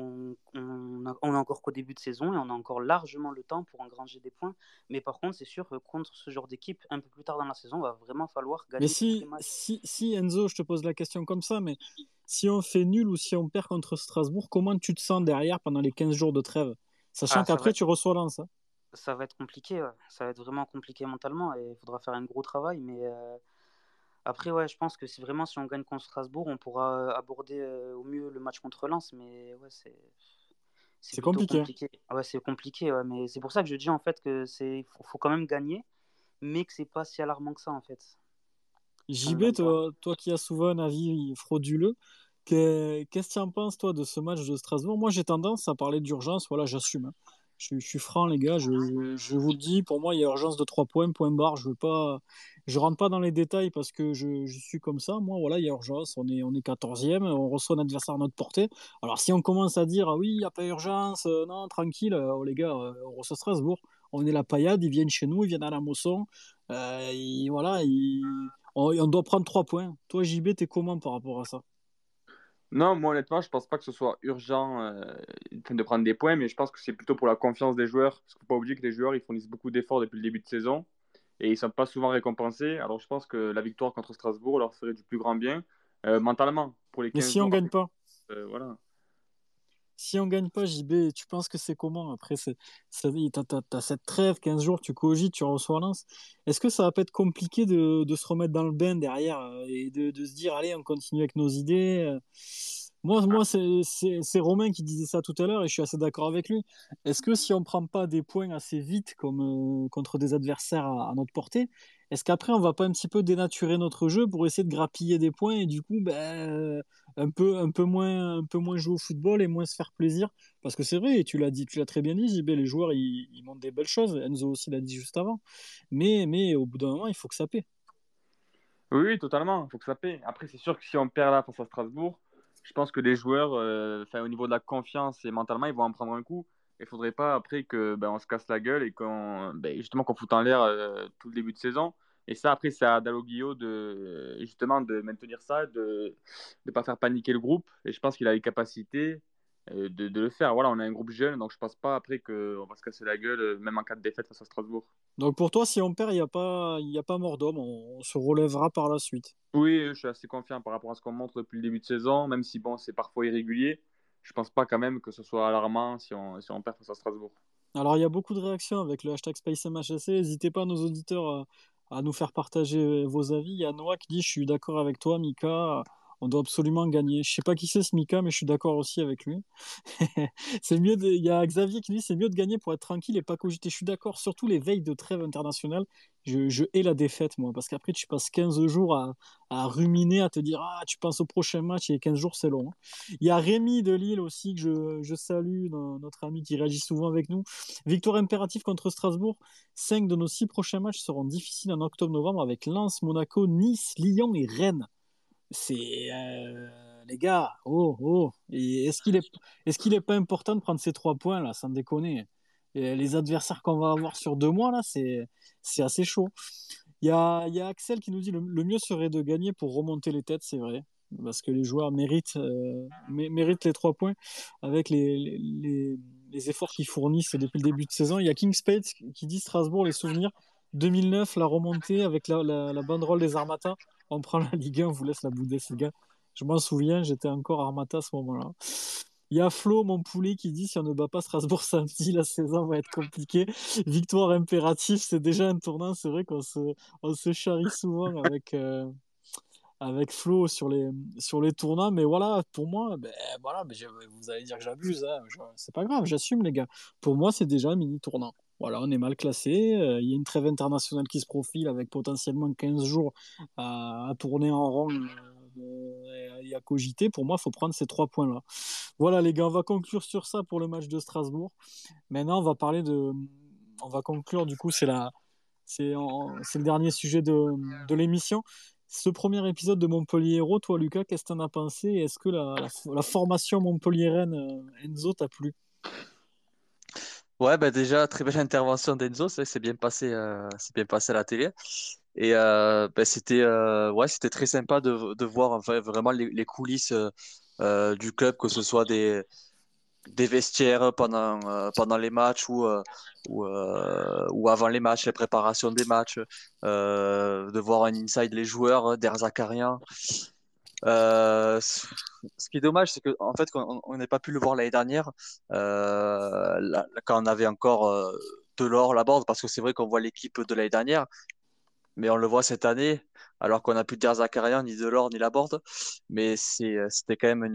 on a encore qu'au début de saison et on a encore largement le temps pour engranger des points. Mais par contre, c'est sûr que contre ce genre d'équipe, un peu plus tard dans la saison, il va vraiment falloir Mais gagner tous les matchs. si Enzo, je te pose la question comme ça, mais si on fait nul ou si on perd contre Strasbourg, comment tu te sens derrière pendant les 15 jours de trêve? Sachant Ah, qu'après, tu reçois Lens. Hein. ça va être compliqué, ouais. Ça va être vraiment compliqué mentalement et il faudra faire un gros travail. Mais après, ouais, je pense que si vraiment si on gagne contre Strasbourg, on pourra aborder au mieux le match contre Lens. Mais ouais, c'est C'est plutôt compliqué. compliqué. Ouais, c'est compliqué, ouais, mais c'est pour ça que je dis en fait que faut quand même gagner, mais que c'est pas si alarmant que ça en fait. Si on JB, gagne pas. toi qui as souvent un avis frauduleux, qu'est-ce que tu en penses, toi, de ce match de Strasbourg? Moi, j'ai tendance à parler d'urgence. Voilà, j'assume. Hein. Je suis franc, les gars. Je vous le dis, pour moi, il y a urgence de 3 points, point barre. Je rentre pas dans les détails parce que je suis comme ça. Moi, voilà, il y a urgence. On est 14e, on reçoit un adversaire à notre portée. Alors, si on commence à dire, ah oui, il n'y a pas urgence, non, tranquille, oh, les gars, on reçoit Strasbourg. On est la paillade, ils viennent chez nous, ils viennent à la Mosson. Voilà, on doit prendre 3 points. Toi, JB, t'es comment par rapport à ça? Non, moi honnêtement, je pense pas que ce soit urgent de prendre des points, mais je pense que c'est plutôt pour la confiance des joueurs. Parce qu'il faut pas oublier que les joueurs, ils fournissent beaucoup d'efforts depuis le début de saison et ils sont pas souvent récompensés. Alors je pense que la victoire contre Strasbourg leur ferait du plus grand bien mentalement pour les Mais 15 si on jours. gagne pas, Voilà. si on gagne pas, JB, tu penses que c'est comment? Après, t'as cette trêve, 15 jours, tu cogites, tu reçois Lens. Est-ce que ça va pas être compliqué de se remettre dans le bain derrière et de se dire, allez, on continue avec nos idées moi c'est Romain qui disait ça tout à l'heure et je suis assez d'accord avec lui. Est-ce que si on prend pas des points assez vite comme contre des adversaires à notre portée, est-ce qu'après on va pas un petit peu dénaturer notre jeu pour essayer de grappiller des points et du coup, ben, un peu moins jouer au football et moins se faire plaisir. Parce que c'est vrai, et tu l'as dit, tu l'as très bien dit, JB, les joueurs, ils montrent des belles choses. Enzo aussi l'a dit juste avant. Mais au bout d'un moment, il faut que ça paie. Oui, oui, totalement. Il faut que ça paie. Après, c'est sûr que si on perd là face à Strasbourg, je pense que les joueurs, au niveau de la confiance et mentalement, ils vont en prendre un coup. Il faudrait pas après que on se casse la gueule et justement qu'on foute en l'air tout le début de saison. Et ça, après, c'est à Dalloglio justement de maintenir ça, de ne pas faire paniquer le groupe. Et je pense qu'il a les capacités de le faire. Voilà, on a un groupe jeune, donc je pense pas après qu'on va se casser la gueule, même en cas de défaite face à Strasbourg. Donc pour toi, si on perd, il y a pas mort d'homme. On se relèvera par la suite. Oui, je suis assez confiant par rapport à ce qu'on montre depuis le début de saison, même si bon, c'est parfois irrégulier. Je pense pas quand même que ce soit alarmant si on perd face à Strasbourg. Alors, il y a beaucoup de réactions avec le hashtag SpaceMHSC. N'hésitez pas, nos auditeurs, à nous faire partager vos avis. Il y a Noah qui dit, je suis d'accord avec toi, Mika. On doit absolument gagner. Je sais pas qui c'est ce Mika, mais je suis d'accord aussi avec lui. Il y a Xavier qui dit c'est mieux de gagner pour être tranquille et pas cogiter. Je suis d'accord, surtout les veilles de trêve internationale. Je hais la défaite, moi, parce qu'après, tu passes 15 jours à ruminer, à te dire ah, tu penses au prochain match et 15 jours, c'est long. Hein. Il y a Rémi de Lille aussi que je salue, notre ami qui réagit souvent avec nous. Victoire impérative contre Strasbourg. 5 de nos 6 prochains matchs seront difficiles en octobre-novembre avec Lens, Monaco, Nice, Lyon et Rennes. C'est les gars, oh, oh. Et est-ce qu'il est pas important de prendre ces 3 points là, sans déconner? Et les adversaires qu'on va avoir sur 2 mois là, c'est assez chaud. Il y a Axel qui nous dit le mieux serait de gagner pour remonter les têtes, c'est vrai, parce que les joueurs méritent les 3 points avec les efforts qu'ils fournissent depuis le début de saison. Il y a King Spade qui dit Strasbourg, les souvenirs 2009, la remontée avec la banderole des Armata. On prend la Ligue 1, on vous laisse la Bundesliga. Je m'en souviens, j'étais encore Armata à ce moment-là. Il y a Flo, mon poulet, qui dit si on ne bat pas Strasbourg samedi, la saison va être compliquée. Victoire impérative, c'est déjà un tournant. C'est vrai qu'on se charrie souvent avec Flo sur les tournants. Mais voilà, pour moi, ben, voilà, vous allez dire que j'abuse. Hein. C'est pas grave, j'assume, les gars. Pour moi, c'est déjà un mini tournant. Voilà, on est mal classé. Il y a une trêve internationale qui se profile avec potentiellement 15 jours à tourner en rond et à cogiter. Pour moi, il faut prendre ces 3 points-là. Voilà, les gars, on va conclure sur ça pour le match de Strasbourg. Maintenant, on va conclure, du coup, c'est le dernier sujet de l'émission. Ce premier épisode de Montpellier Héros, toi, Lucas, qu'est-ce que t'en as pensé? Est-ce que la formation montpelliéraine, Enzo, t'a plu? Ouais, bah déjà, très belle intervention d'Enzo, c'est bien passé à la télé. Et c'était très sympa de voir enfin, vraiment les coulisses du club, que ce soit des vestiaires pendant les matchs ou avant les matchs, les préparations des matchs, de voir un inside les joueurs, Der Zakarian. Ce qui est dommage, c'est que en fait, on n'a pas pu le voir l'année dernière, quand on avait encore Delors, Laborde, parce que c'est vrai qu'on voit l'équipe de l'année dernière, mais on le voit cette année, alors qu'on n'a plus Der Zakarian, ni Delors, ni Laborde. Mais c'était quand même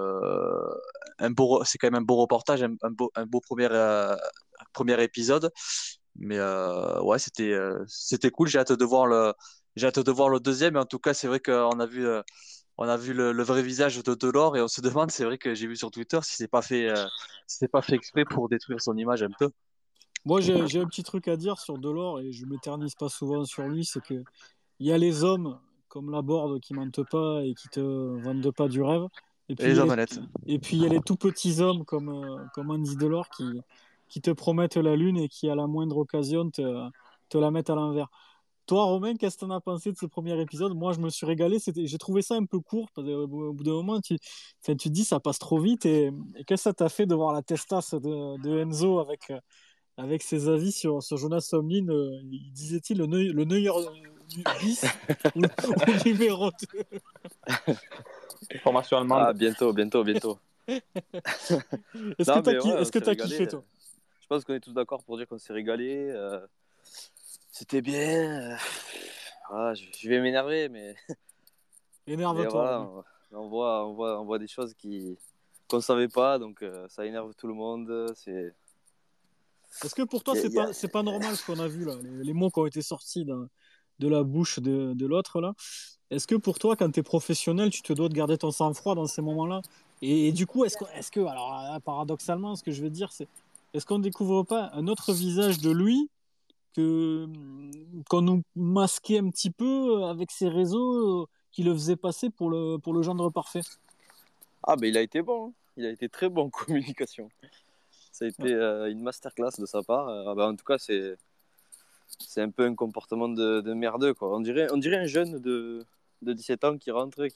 c'est quand même un beau reportage, un beau premier épisode. Mais ouais, c'était cool. J'ai hâte de voir le deuxième. Mais en tout cas, c'est vrai on a vu le vrai visage de Delors et on se demande, c'est vrai que j'ai vu sur Twitter si c'est pas fait exprès pour détruire son image un peu. Moi, j'ai un petit truc à dire sur Delors et je m'éternise pas souvent sur lui, c'est que il y a les hommes comme Laborde qui mentent pas et qui te vendent pas du rêve, et Et puis il y les a hommes honnêtes. il y a les tout petits hommes comme Andy Delors qui te promettent la lune et qui à la moindre occasion te la mettent à l'envers. Toi, Romain, qu'est-ce que t'en as pensé de ce premier épisode? Moi, je me suis régalé. J'ai trouvé ça un peu court. Parce qu'au bout d'un moment, enfin, tu te dis ça passe trop vite. Et qu'est-ce que ça t'a fait de voir la testasse de Enzo avec ses avis sur Jonas Omlin? Disait-il le meilleur bis ou numéro 2? Formation Ah, allemande. bientôt, bientôt, bientôt. Est-ce que Non, mais ouais, est-ce on que s'est t'as régalé. kiffé, toi? Je pense qu'on est tous d'accord pour dire qu'on s'est régalé. C'était bien. Je vais m'énerver, mais Énerve-toi, voilà, Romain. on voit des choses qu'on savait pas, donc ça énerve tout le monde. Est-ce que pour toi, Y a- y a- c'est pas normal ce qu'on a vu là, les mots qui ont été sortis de la bouche de l'autre là? Est-ce que pour toi, quand tu es professionnel, tu te dois de garder ton sang-froid dans ces moments-là? Et du coup, alors paradoxalement, ce que je veux dire, c'est est-ce qu'on découvre pas un autre visage de lui qu'on nous masquait un petit peu avec ces réseaux qui le faisaient passer pour le gendre parfait? Ah, mais il a été bon, hein. Il a été très bon en communication. Ça a été une masterclass de sa part. En tout cas, c'est un peu un comportement de merdeux, quoi. On dirait un jeune de 17 ans qui rentre,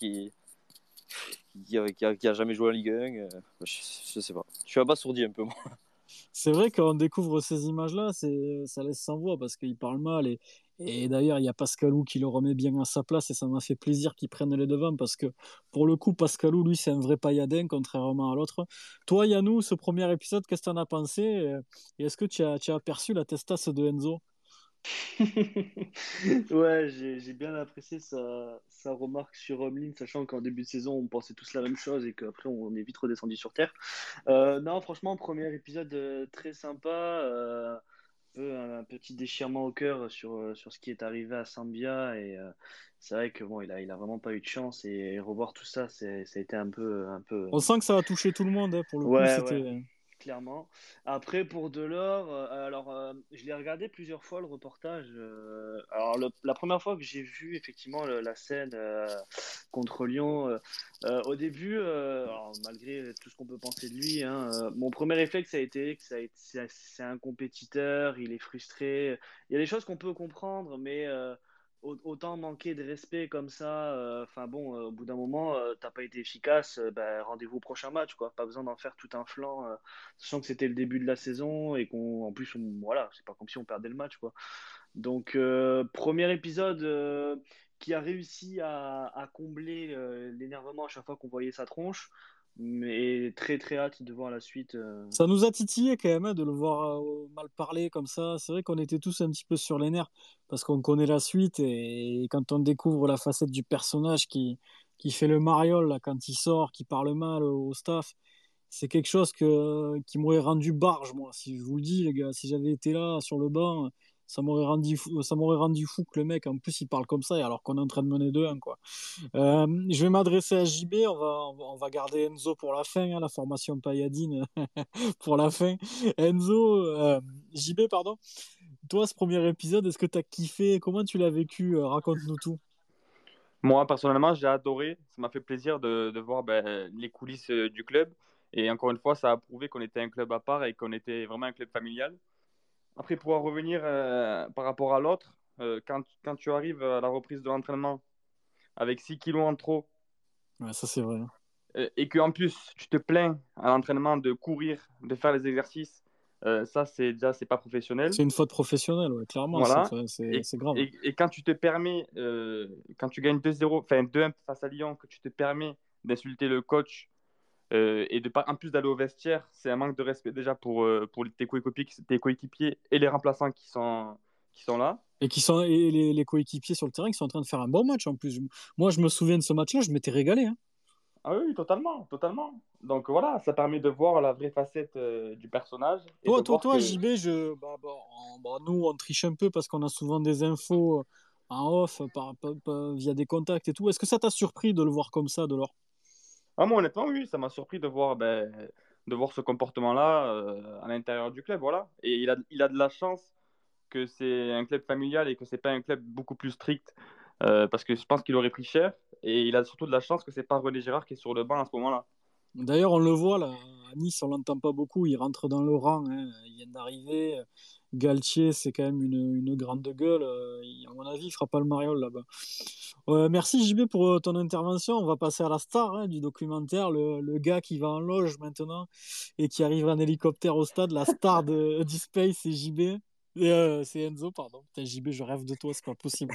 qui a jamais joué en Ligue 1. Je sais pas. Je suis abasourdi un peu, moi. C'est vrai qu'on découvre ces images-là, ça laisse sans voix parce qu'il parle mal. Et d'ailleurs, il y a Pascalou qui le remet bien à sa place et ça m'a fait plaisir qu'il prenne les devants parce que pour le coup, Pascalou, lui, c'est un vrai pailladin contrairement à l'autre. Toi, Yannou, ce premier épisode, qu'est-ce que tu en as pensé? Et est-ce que tu as aperçu la testasse de Enzo? Ouais, j'ai bien apprécié sa remarque sur Omlin, sachant qu'en début de saison, on pensait tous la même chose et qu'après, on est vite redescendu sur Terre. Non, franchement, premier épisode très sympa. Peu un petit déchirement au cœur sur ce qui est arrivé à Sambia. Et c'est vrai que bon, il a vraiment pas eu de chance. Et revoir tout ça, ça a été un peu. On sent que ça a touché tout le monde, hein, pour le coup, Ouais, ouais, c'était. clairement. Après, pour Delors, je l'ai regardé plusieurs fois le reportage. La première fois que j'ai vu effectivement la scène contre Lyon, au début, alors, malgré tout ce qu'on peut penser de lui, hein, mon premier réflexe a été que c'est un compétiteur, il est frustré. Il y a des choses qu'on peut comprendre, mais autant manquer de respect comme ça, enfin bon, au bout d'un moment, t'as pas été efficace, ben, rendez-vous au prochain match, quoi. Pas besoin d'en faire tout un flanc, sachant que c'était le début de la saison et qu'en plus, voilà, c'est pas comme si on perdait le match, quoi. Donc, premier épisode qui a réussi à combler l'énervement à chaque fois qu'on voyait sa tronche, mais très très hâte de voir la suite. Ça nous a titillé quand même, hein, de le voir mal parler comme ça. C'est vrai qu'on était tous un petit peu sur les nerfs parce qu'on connaît la suite et quand on découvre la facette du personnage qui fait le mariole là, quand il sort, qui parle mal au staff, c'est quelque chose qui m'aurait rendu barge, moi. Si je vous le dis, les gars, si j'avais été là sur le banc, ça m'aurait rendu fou que le mec, en plus, il parle comme ça alors qu'on est en train de mener 2-1, quoi. Je vais m'adresser à JB. On va garder Enzo pour la fin, hein, la formation Payadine pour la fin. Enzo, JB, pardon. Toi, ce premier épisode, est-ce que tu as kiffé? Comment tu l'as vécu? Raconte-nous tout. Moi, personnellement, j'ai adoré. Ça m'a fait plaisir de voir les coulisses du club. Et encore une fois, ça a prouvé qu'on était un club à part et qu'on était vraiment un club familial. Après, pour en revenir par rapport à l'autre, quand tu arrives à la reprise de l'entraînement avec 6 kilos en trop Ouais, ça c'est vrai. et qu'en plus tu te plains à l'entraînement de courir, de faire les exercices, ça c'est pas professionnel. C'est une faute professionnelle, ouais, clairement, Voilà. c'est grave. Et quand tu te permets, quand tu gagnes 2-0, enfin 2-1 face à Lyon, que tu te permets d'insulter le coach et de pas, en plus d'aller au vestiaire, c'est un manque de respect déjà pour tes coéquipiers et les remplaçants qui sont là. Et les coéquipiers sur le terrain qui sont en train de faire un bon match en plus. Moi, je me souviens de ce match-là, je m'étais régalé, hein. Ah oui, totalement, totalement. Donc voilà, ça permet de voir la vraie facette du personnage et de voir que... JB, nous, on triche un peu parce qu'on a souvent des infos en off via des contacts et tout. Est-ce que ça t'a surpris de le voir comme ça, Delors? Ah, moi, honnêtement, oui, ça m'a surpris de voir ce comportement-là à l'intérieur du club, voilà. Et il a de la chance que c'est un club familial et que c'est pas un club beaucoup plus strict, parce que je pense qu'il aurait pris cher. Et il a surtout de la chance que c'est pas René Girard qui est sur le banc à ce moment-là. D'ailleurs, on le voit là, à Nice, on l'entend pas beaucoup. Il rentre dans le rang, hein. Il vient d'arriver. Galtier, c'est quand même une grande gueule. À mon avis, il fera pas le mariole là-bas. Merci JB pour ton intervention. On va passer à la star, hein, du documentaire, le gars qui va en loge maintenant et qui arrive en hélicoptère au stade. La star du Space, c'est JB. C'est Enzo, pardon. Putain, JB, je rêve de toi, c'est pas possible.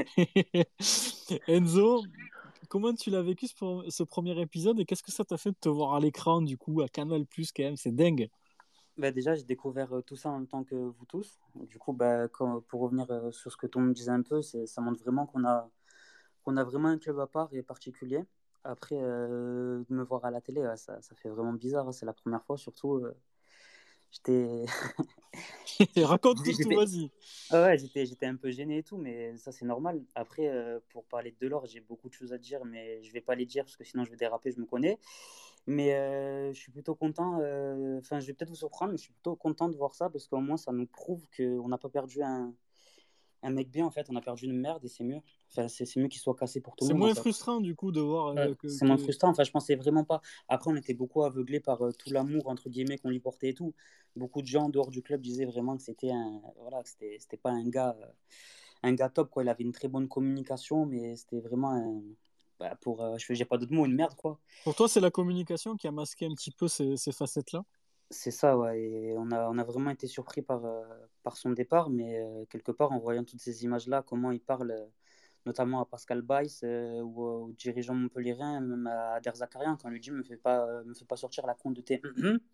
Enzo, comment tu l'as vécu ce premier épisode et qu'est-ce que ça t'a fait de te voir à l'écran du coup à Canal+, quand même, c'est dingue. Bah, déjà, j'ai découvert tout ça en même temps que vous tous. Du coup, pour revenir sur ce que Tom me disait un peu, ça montre vraiment qu'on a vraiment un club à part et particulier. Après, de me voir à la télé, ça fait vraiment bizarre, hein. C'est la première fois, surtout. J'étais. Raconte tout, J'étais. vas-y. Ouais, j'étais un peu gêné et tout, mais ça, c'est normal. Après, pour parler de Delors, j'ai beaucoup de choses à dire, mais je vais pas les dire parce que sinon, je vais déraper, je me connais. Mais je suis plutôt content. Enfin, je vais peut-être vous surprendre, mais je suis plutôt content de voir ça parce qu'au moins, ça nous prouve qu'on n'a pas perdu un mec bien, en fait. On a perdu une merde et c'est mieux. Enfin, c'est mieux qu'il soit cassé pour tout le C'est monde, en moins fait. frustrant du coup de voir Ouais, c'est moins frustrant. Enfin, je pensais vraiment pas. Après, on était beaucoup aveuglés par tout l'amour entre guillemets qu'on lui portait et tout. Beaucoup de gens en dehors du club disaient vraiment que voilà, que c'était pas un gars top quoi. Il avait une très bonne communication, mais c'était vraiment j'ai pas d'autres mots, une merde quoi. Pour toi, c'est la communication qui a masqué un petit peu ces facettes-là? C'est ça, ouais. Et on a vraiment été surpris par son départ, mais quelque part, en voyant toutes ces images-là, comment il parle, notamment à Pascal Baïs ou aux dirigeants montpelliérains, même à Der Zakarian, quand on lui dit me fais pas sortir la compte de tes.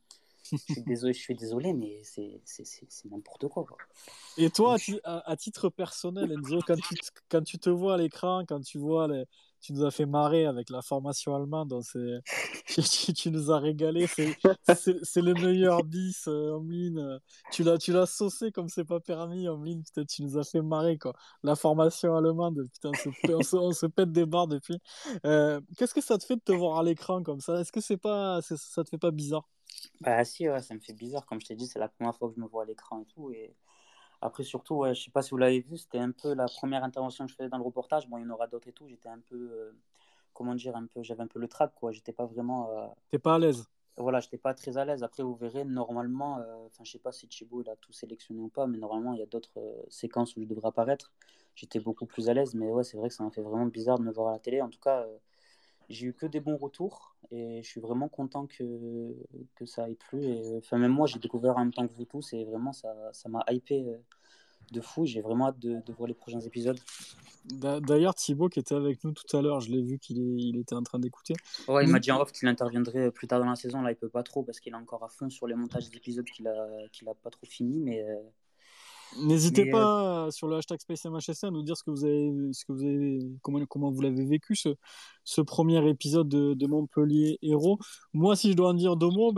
Je suis désolé, mais c'est n'importe quoi. Et toi, à titre personnel, Enzo, quand tu te vois à l'écran, quand tu vois tu nous as fait marrer avec la formation allemande, donc tu nous as régalé, c'est le meilleur bis, Omlin. Tu l'as saucé comme c'est pas permis, Omlin, putain, tu nous as fait marrer, quoi. La formation allemande, putain, on se pète des barres depuis. Qu'est-ce que ça te fait de te voir à l'écran comme ça? Est-ce que ça te fait pas bizarre? Bah si, ouais, ça me fait bizarre. Comme je t'ai dit, c'est la première fois que je me vois à l'écran et tout. Et après, surtout, ouais, je sais pas si vous l'avez vu, c'était un peu la première intervention que je faisais dans le reportage. Bon, il y en aura d'autres et tout. J'étais un peu, comment dire, j'avais un peu le trac, quoi. J'étais pas vraiment, T'es pas à l'aise? voilà, j'étais pas très à l'aise. Après, vous verrez, normalement, enfin, je sais pas si Thibaut il a tout sélectionné ou pas, mais normalement, il y a d'autres séquences où je devrais apparaître. J'étais beaucoup plus à l'aise, mais ouais, c'est vrai que ça m'a fait vraiment bizarre de me voir à la télé. En tout cas, j'ai eu que des bons retours et je suis vraiment content que ça aille plu. Et, enfin, même moi, j'ai découvert en même temps que vous tous et vraiment, ça m'a hypé de fou. J'ai vraiment hâte de voir les prochains épisodes. D'ailleurs, Thibaut qui était avec nous tout à l'heure, je l'ai vu il était en train d'écouter. Ouais, il m'a dit en off qu'il interviendrait plus tard dans la saison. Là, il peut pas trop parce qu'il est encore à fond sur les montages d'épisodes qu'il a pas trop fini. N'hésitez pas sur le hashtag SpaceMHSC à nous dire comment vous l'avez vécu ce premier épisode de Montpellier Héros. Moi, si je dois en dire deux mots,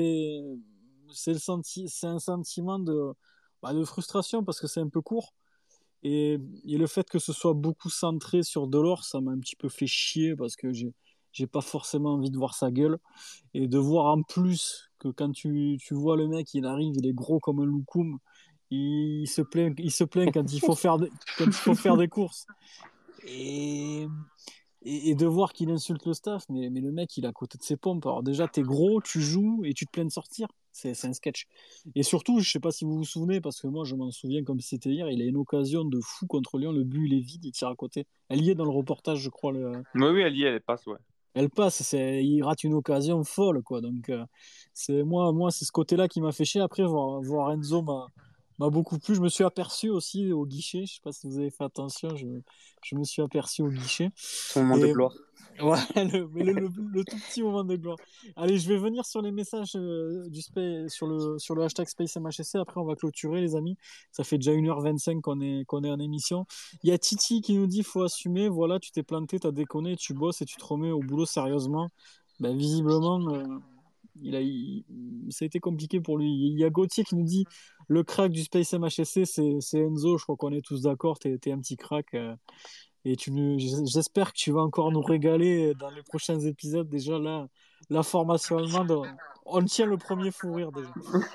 c'est un sentiment de frustration parce que c'est un peu court. Et le fait que ce soit beaucoup centré sur Delors, ça m'a un petit peu fait chier parce que j'ai pas forcément envie de voir sa gueule. Et de voir en plus que quand tu vois le mec, il arrive, il est gros comme un loukoum, il se plaint quand il faut faire des courses. Et et de voir qu'il insulte le staff, mais le mec, il est à côté de ses pompes. Alors déjà, t'es gros, tu joues et tu te plains de sortir. C'est un sketch. Et surtout, je sais pas si vous vous souvenez, parce que moi, je m'en souviens comme si c'était hier, il a une occasion de fou contre Lyon. Le but, il est vide, il tire à côté. Elle y est dans le reportage, je crois. Oui, elle y est, elle passe, ouais. Elle passe, il rate une occasion folle, quoi. Donc, c'est moi, c'est ce côté-là qui m'a fait chier. Après, voir Enzo m'a beaucoup plu. Je me suis aperçu aussi au guichet. Je sais pas si vous avez fait attention. Je me suis aperçu au guichet. Son moment de Et gloire. ouais, le tout petit moment de gloire. Allez, je vais venir sur les messages sur le hashtag SpaceMHSC. Après, on va clôturer, les amis. Ça fait déjà 1h25 qu'on est en émission. Il y a Titi qui nous dit faut assumer. Voilà, tu t'es planté, t'as déconné, tu bosses et tu te remets au boulot sérieusement. Ben, visiblement, ça a été compliqué pour lui. Il y a Gauthier qui nous dit le crack du SpaceMHSC, c'est Enzo. Je crois qu'on est tous d'accord. T'es un petit crack. Et j'espère que tu vas encore nous régaler dans les prochains épisodes. Déjà, là, la formation allemande, on tient le premier fou rire déjà.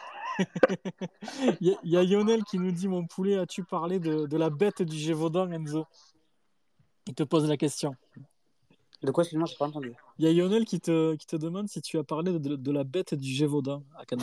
Il y a Lionel qui nous dit mon poulet, as-tu parlé de la bête du Gévaudan, Enzo? Il te pose la question. De quoi, excuse-moi, j'ai pas entendu. Il y a Lionel qui te demande si tu as parlé de la bête du Gévaudan à Canal+.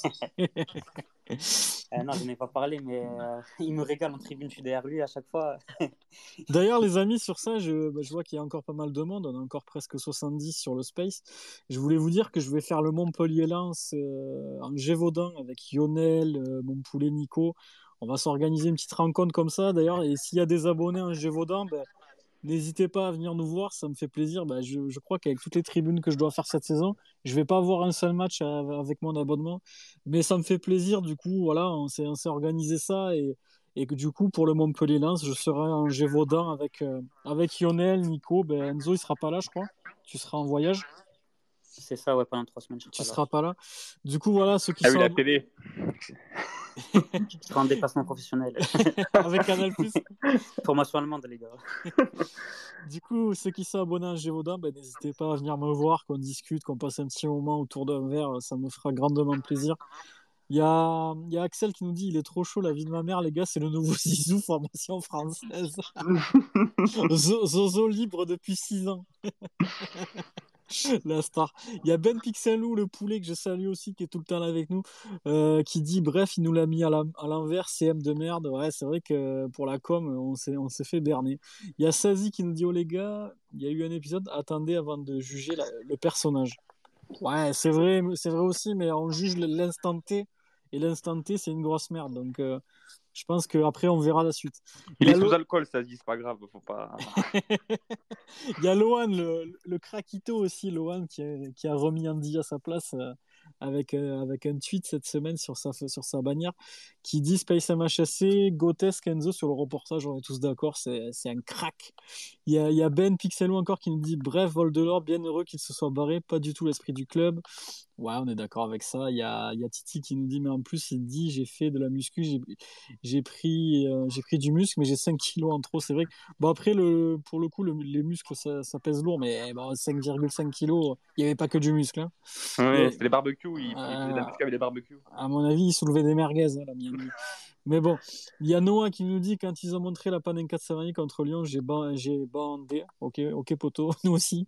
Non, je n'ai pas parlé, mais il me régale en tribune, je suis derrière lui à chaque fois. D'ailleurs, les amis, sur ça, je vois qu'il y a encore pas mal de monde. On a encore presque 70 sur le Space. Je voulais vous dire que je vais faire le Montpellier-Lens en Gévaudan avec Lionel, mon poulet Nico. On va s'organiser une petite rencontre comme ça, d'ailleurs. Et s'il y a des abonnés en Gévaudan, n'hésitez pas à venir nous voir, ça me fait plaisir. Je crois qu'avec toutes les tribunes que je dois faire cette saison, je vais pas avoir un seul match avec mon abonnement. Mais ça me fait plaisir, du coup, voilà, on s'est organisé ça. Et que du coup, pour le Montpellier-Lens, je serai en Gévaudan avec Lionel, Nico. Enzo, il sera pas là, je crois. Tu seras en voyage. C'est ça, ouais, pendant 3 semaines, je Tu serai seras pas là. Du coup, voilà, ceux qui Ah oui, sont la télé. Je serai en déplacement professionnel. avec Canal+. Formation allemande, les gars. Du coup, ceux qui sont abonnés à Gévaudan, n'hésitez pas à venir me voir, qu'on discute, qu'on passe un petit moment autour d'un verre. Ça me fera grandement plaisir. Il y a Axel qui nous dit il est trop chaud, la vie de ma mère, les gars, c'est le nouveau Zizou, formation française. Zozo libre depuis 6 ans. La star. Il y a Ben Pixelou, le poulet que je salue aussi, qui est tout le temps là avec nous, qui dit bref, il nous l'a mis à l'envers, CM de merde. Ouais, c'est vrai que pour la com, on s'est fait berner. Il y a Sazi qui nous dit oh les gars, il y a eu un épisode, attendez avant de juger le personnage. Ouais, c'est vrai aussi, mais on juge l'instant T, et l'instant T, c'est une grosse merde. Donc, je pense qu'après, on verra la suite. Il est sous alcool, ça se dit, c'est pas grave, faut pas. Il y a Lohan, le craquito aussi, Lohan, qui a remis Andy à sa place avec un tweet cette semaine sur sa bannière qui dit Space MHSC, Gotes, Kenzo sur le reportage, on est tous d'accord, c'est un crack. Il y a Ben Pixelou encore qui nous dit bref, vol de l'or, bien heureux qu'il se soit barré, pas du tout l'esprit du club. Ouais, on est d'accord avec ça. Il y a Titi qui nous dit mais en plus, il dit j'ai fait de la muscu, j'ai pris du muscle, mais j'ai 5 kilos en trop. C'est vrai que, bon, après, pour le coup, les muscles, ça pèse lourd, mais bon, 5,5 kilos, il n'y avait pas que du muscle. Hein. Ouais, c'était les barbecues, il faisait de la muscu avec les barbecues. À mon avis, il soulevait des merguez, hein, la mienne. Mais bon, il y a Noah qui nous dit quand ils ont montré la Panenka de Savigny contre Lyon, j'ai bandé. Ok, poto, nous aussi.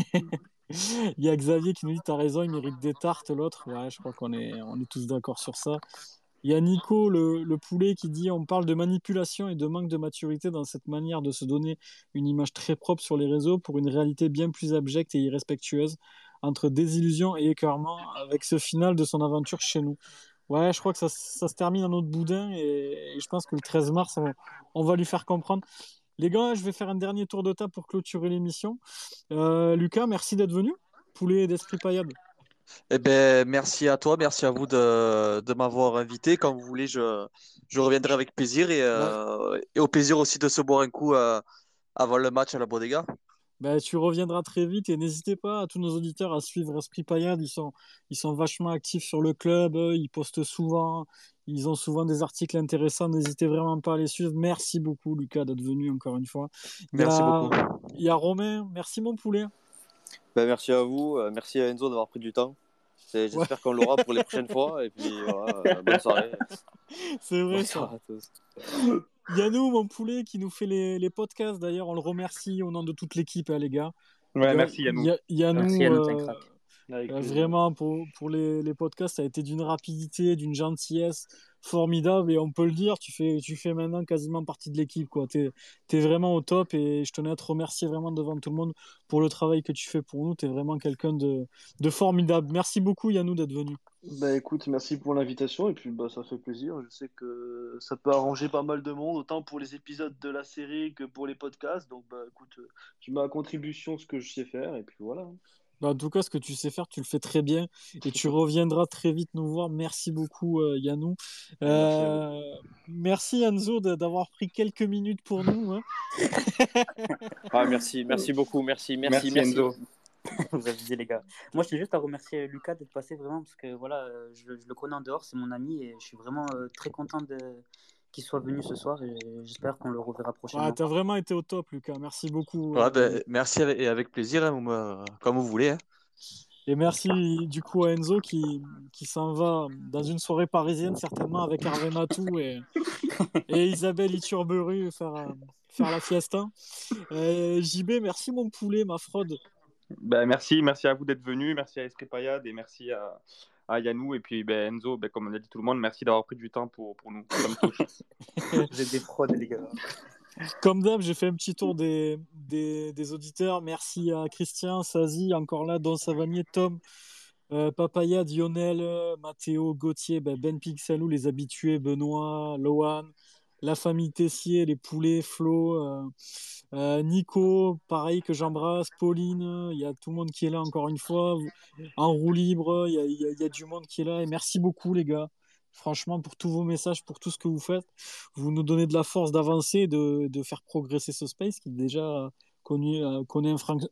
Il y a Xavier qui nous dit t'as raison, il mérite des tartes, l'autre. Ouais, je crois qu'on est tous d'accord sur ça. Il y a Nico, le poulet, qui dit on parle de manipulation et de manque de maturité dans cette manière de se donner une image très propre sur les réseaux pour une réalité bien plus abjecte et irrespectueuse, entre désillusion et écœurement, avec ce final de son aventure chez nous. Ouais, je crois que ça se termine à notre boudin et je pense que le 13 mars, on va lui faire comprendre. Les gars, je vais faire un dernier tour de table pour clôturer l'émission. Lucas, merci d'être venu. Poulet d'Esprit Paillable. Eh ben, merci à toi, merci à vous de m'avoir invité. Quand vous voulez, je reviendrai avec plaisir et au plaisir aussi de se boire un coup avant le match à la Bodega. Tu reviendras très vite et n'hésitez pas à tous nos auditeurs à suivre Esprit Paillade. Ils sont vachement actifs sur le club, ils postent souvent, ils ont souvent des articles intéressants. N'hésitez vraiment pas à les suivre. Merci beaucoup, Lucas, d'être venu encore une fois. Merci beaucoup. Il y a Romain, merci mon poulet. Merci à vous, merci à Enzo d'avoir pris du temps. J'espère qu'on l'aura pour les prochaines fois. Et puis voilà, bonne soirée. C'est vrai, bonne ça. soirée à tous. Yannou, mon poulet, qui nous fait les podcasts. D'ailleurs, on le remercie au nom de toute l'équipe, hein, les gars. Ouais, merci Yannou. Merci Yannou, Yannou, t'es un crack. Avec plaisir. vraiment, pour les podcasts, ça a été d'une rapidité, d'une gentillesse formidable. Et on peut le dire, tu fais maintenant quasiment partie de l'équipe, quoi. T'es vraiment au top et je tenais à te remercier vraiment devant tout le monde pour le travail que tu fais pour nous. T'es vraiment quelqu'un de formidable. Merci beaucoup, Yannou, d'être venu. Bah écoute, merci pour l'invitation et puis bah ça fait plaisir. Je sais que ça peut arranger pas mal de monde, autant pour les épisodes de la série que pour les podcasts. Donc bah écoute, je mets à contribution ce que je sais faire et puis voilà. Bah, en tout cas, ce que tu sais faire, tu le fais très bien et tu reviendras très vite nous voir. Merci beaucoup, Yannou. Merci à vous. Merci, Enzo, d'avoir pris quelques minutes pour nous, hein. Ah, merci beaucoup, merci. Merci Enzo. Vous avisez les gars. Moi, je tiens juste à remercier Lucas d'être passé vraiment parce que voilà, je le connais en dehors, c'est mon ami et je suis vraiment très content qu'il soit venu ce soir et j'espère qu'on le reverra prochainement. Ouais, t'as vraiment été au top, Lucas. Merci beaucoup. Ouais, ben, merci et avec plaisir, hein, comme vous voulez, hein. Et merci du coup à Enzo qui s'en va dans une soirée parisienne, certainement avec Hervé Matou et Isabelle Iturburu faire la fiesta. JB, merci mon poulet, ma fraude. Ben, merci à vous d'être venu, merci à Esprit Payade et merci à Yannou et puis ben, Enzo, ben, comme on a dit tout le monde, merci d'avoir pris du temps pour nous. Ça me touche. Vous êtes des prods, les gars. Comme d'hab, j'ai fait un petit tour des auditeurs. Merci à Christian, Sazi, encore là, Don Savanier, Tom, Papaya, Lionel, Mathéo, Gauthier, Ben Pixelou, les habitués, Benoît, Lohan, la famille Tessier, les poulets, Flo, Nico, pareil que j'embrasse, Pauline, il y a tout le monde qui est là encore une fois. En roue libre, il y a du monde qui est là. Et merci beaucoup, les gars. Franchement, pour tous vos messages, pour tout ce que vous faites, vous nous donnez de la force d'avancer, de faire progresser ce space qui déjà connaît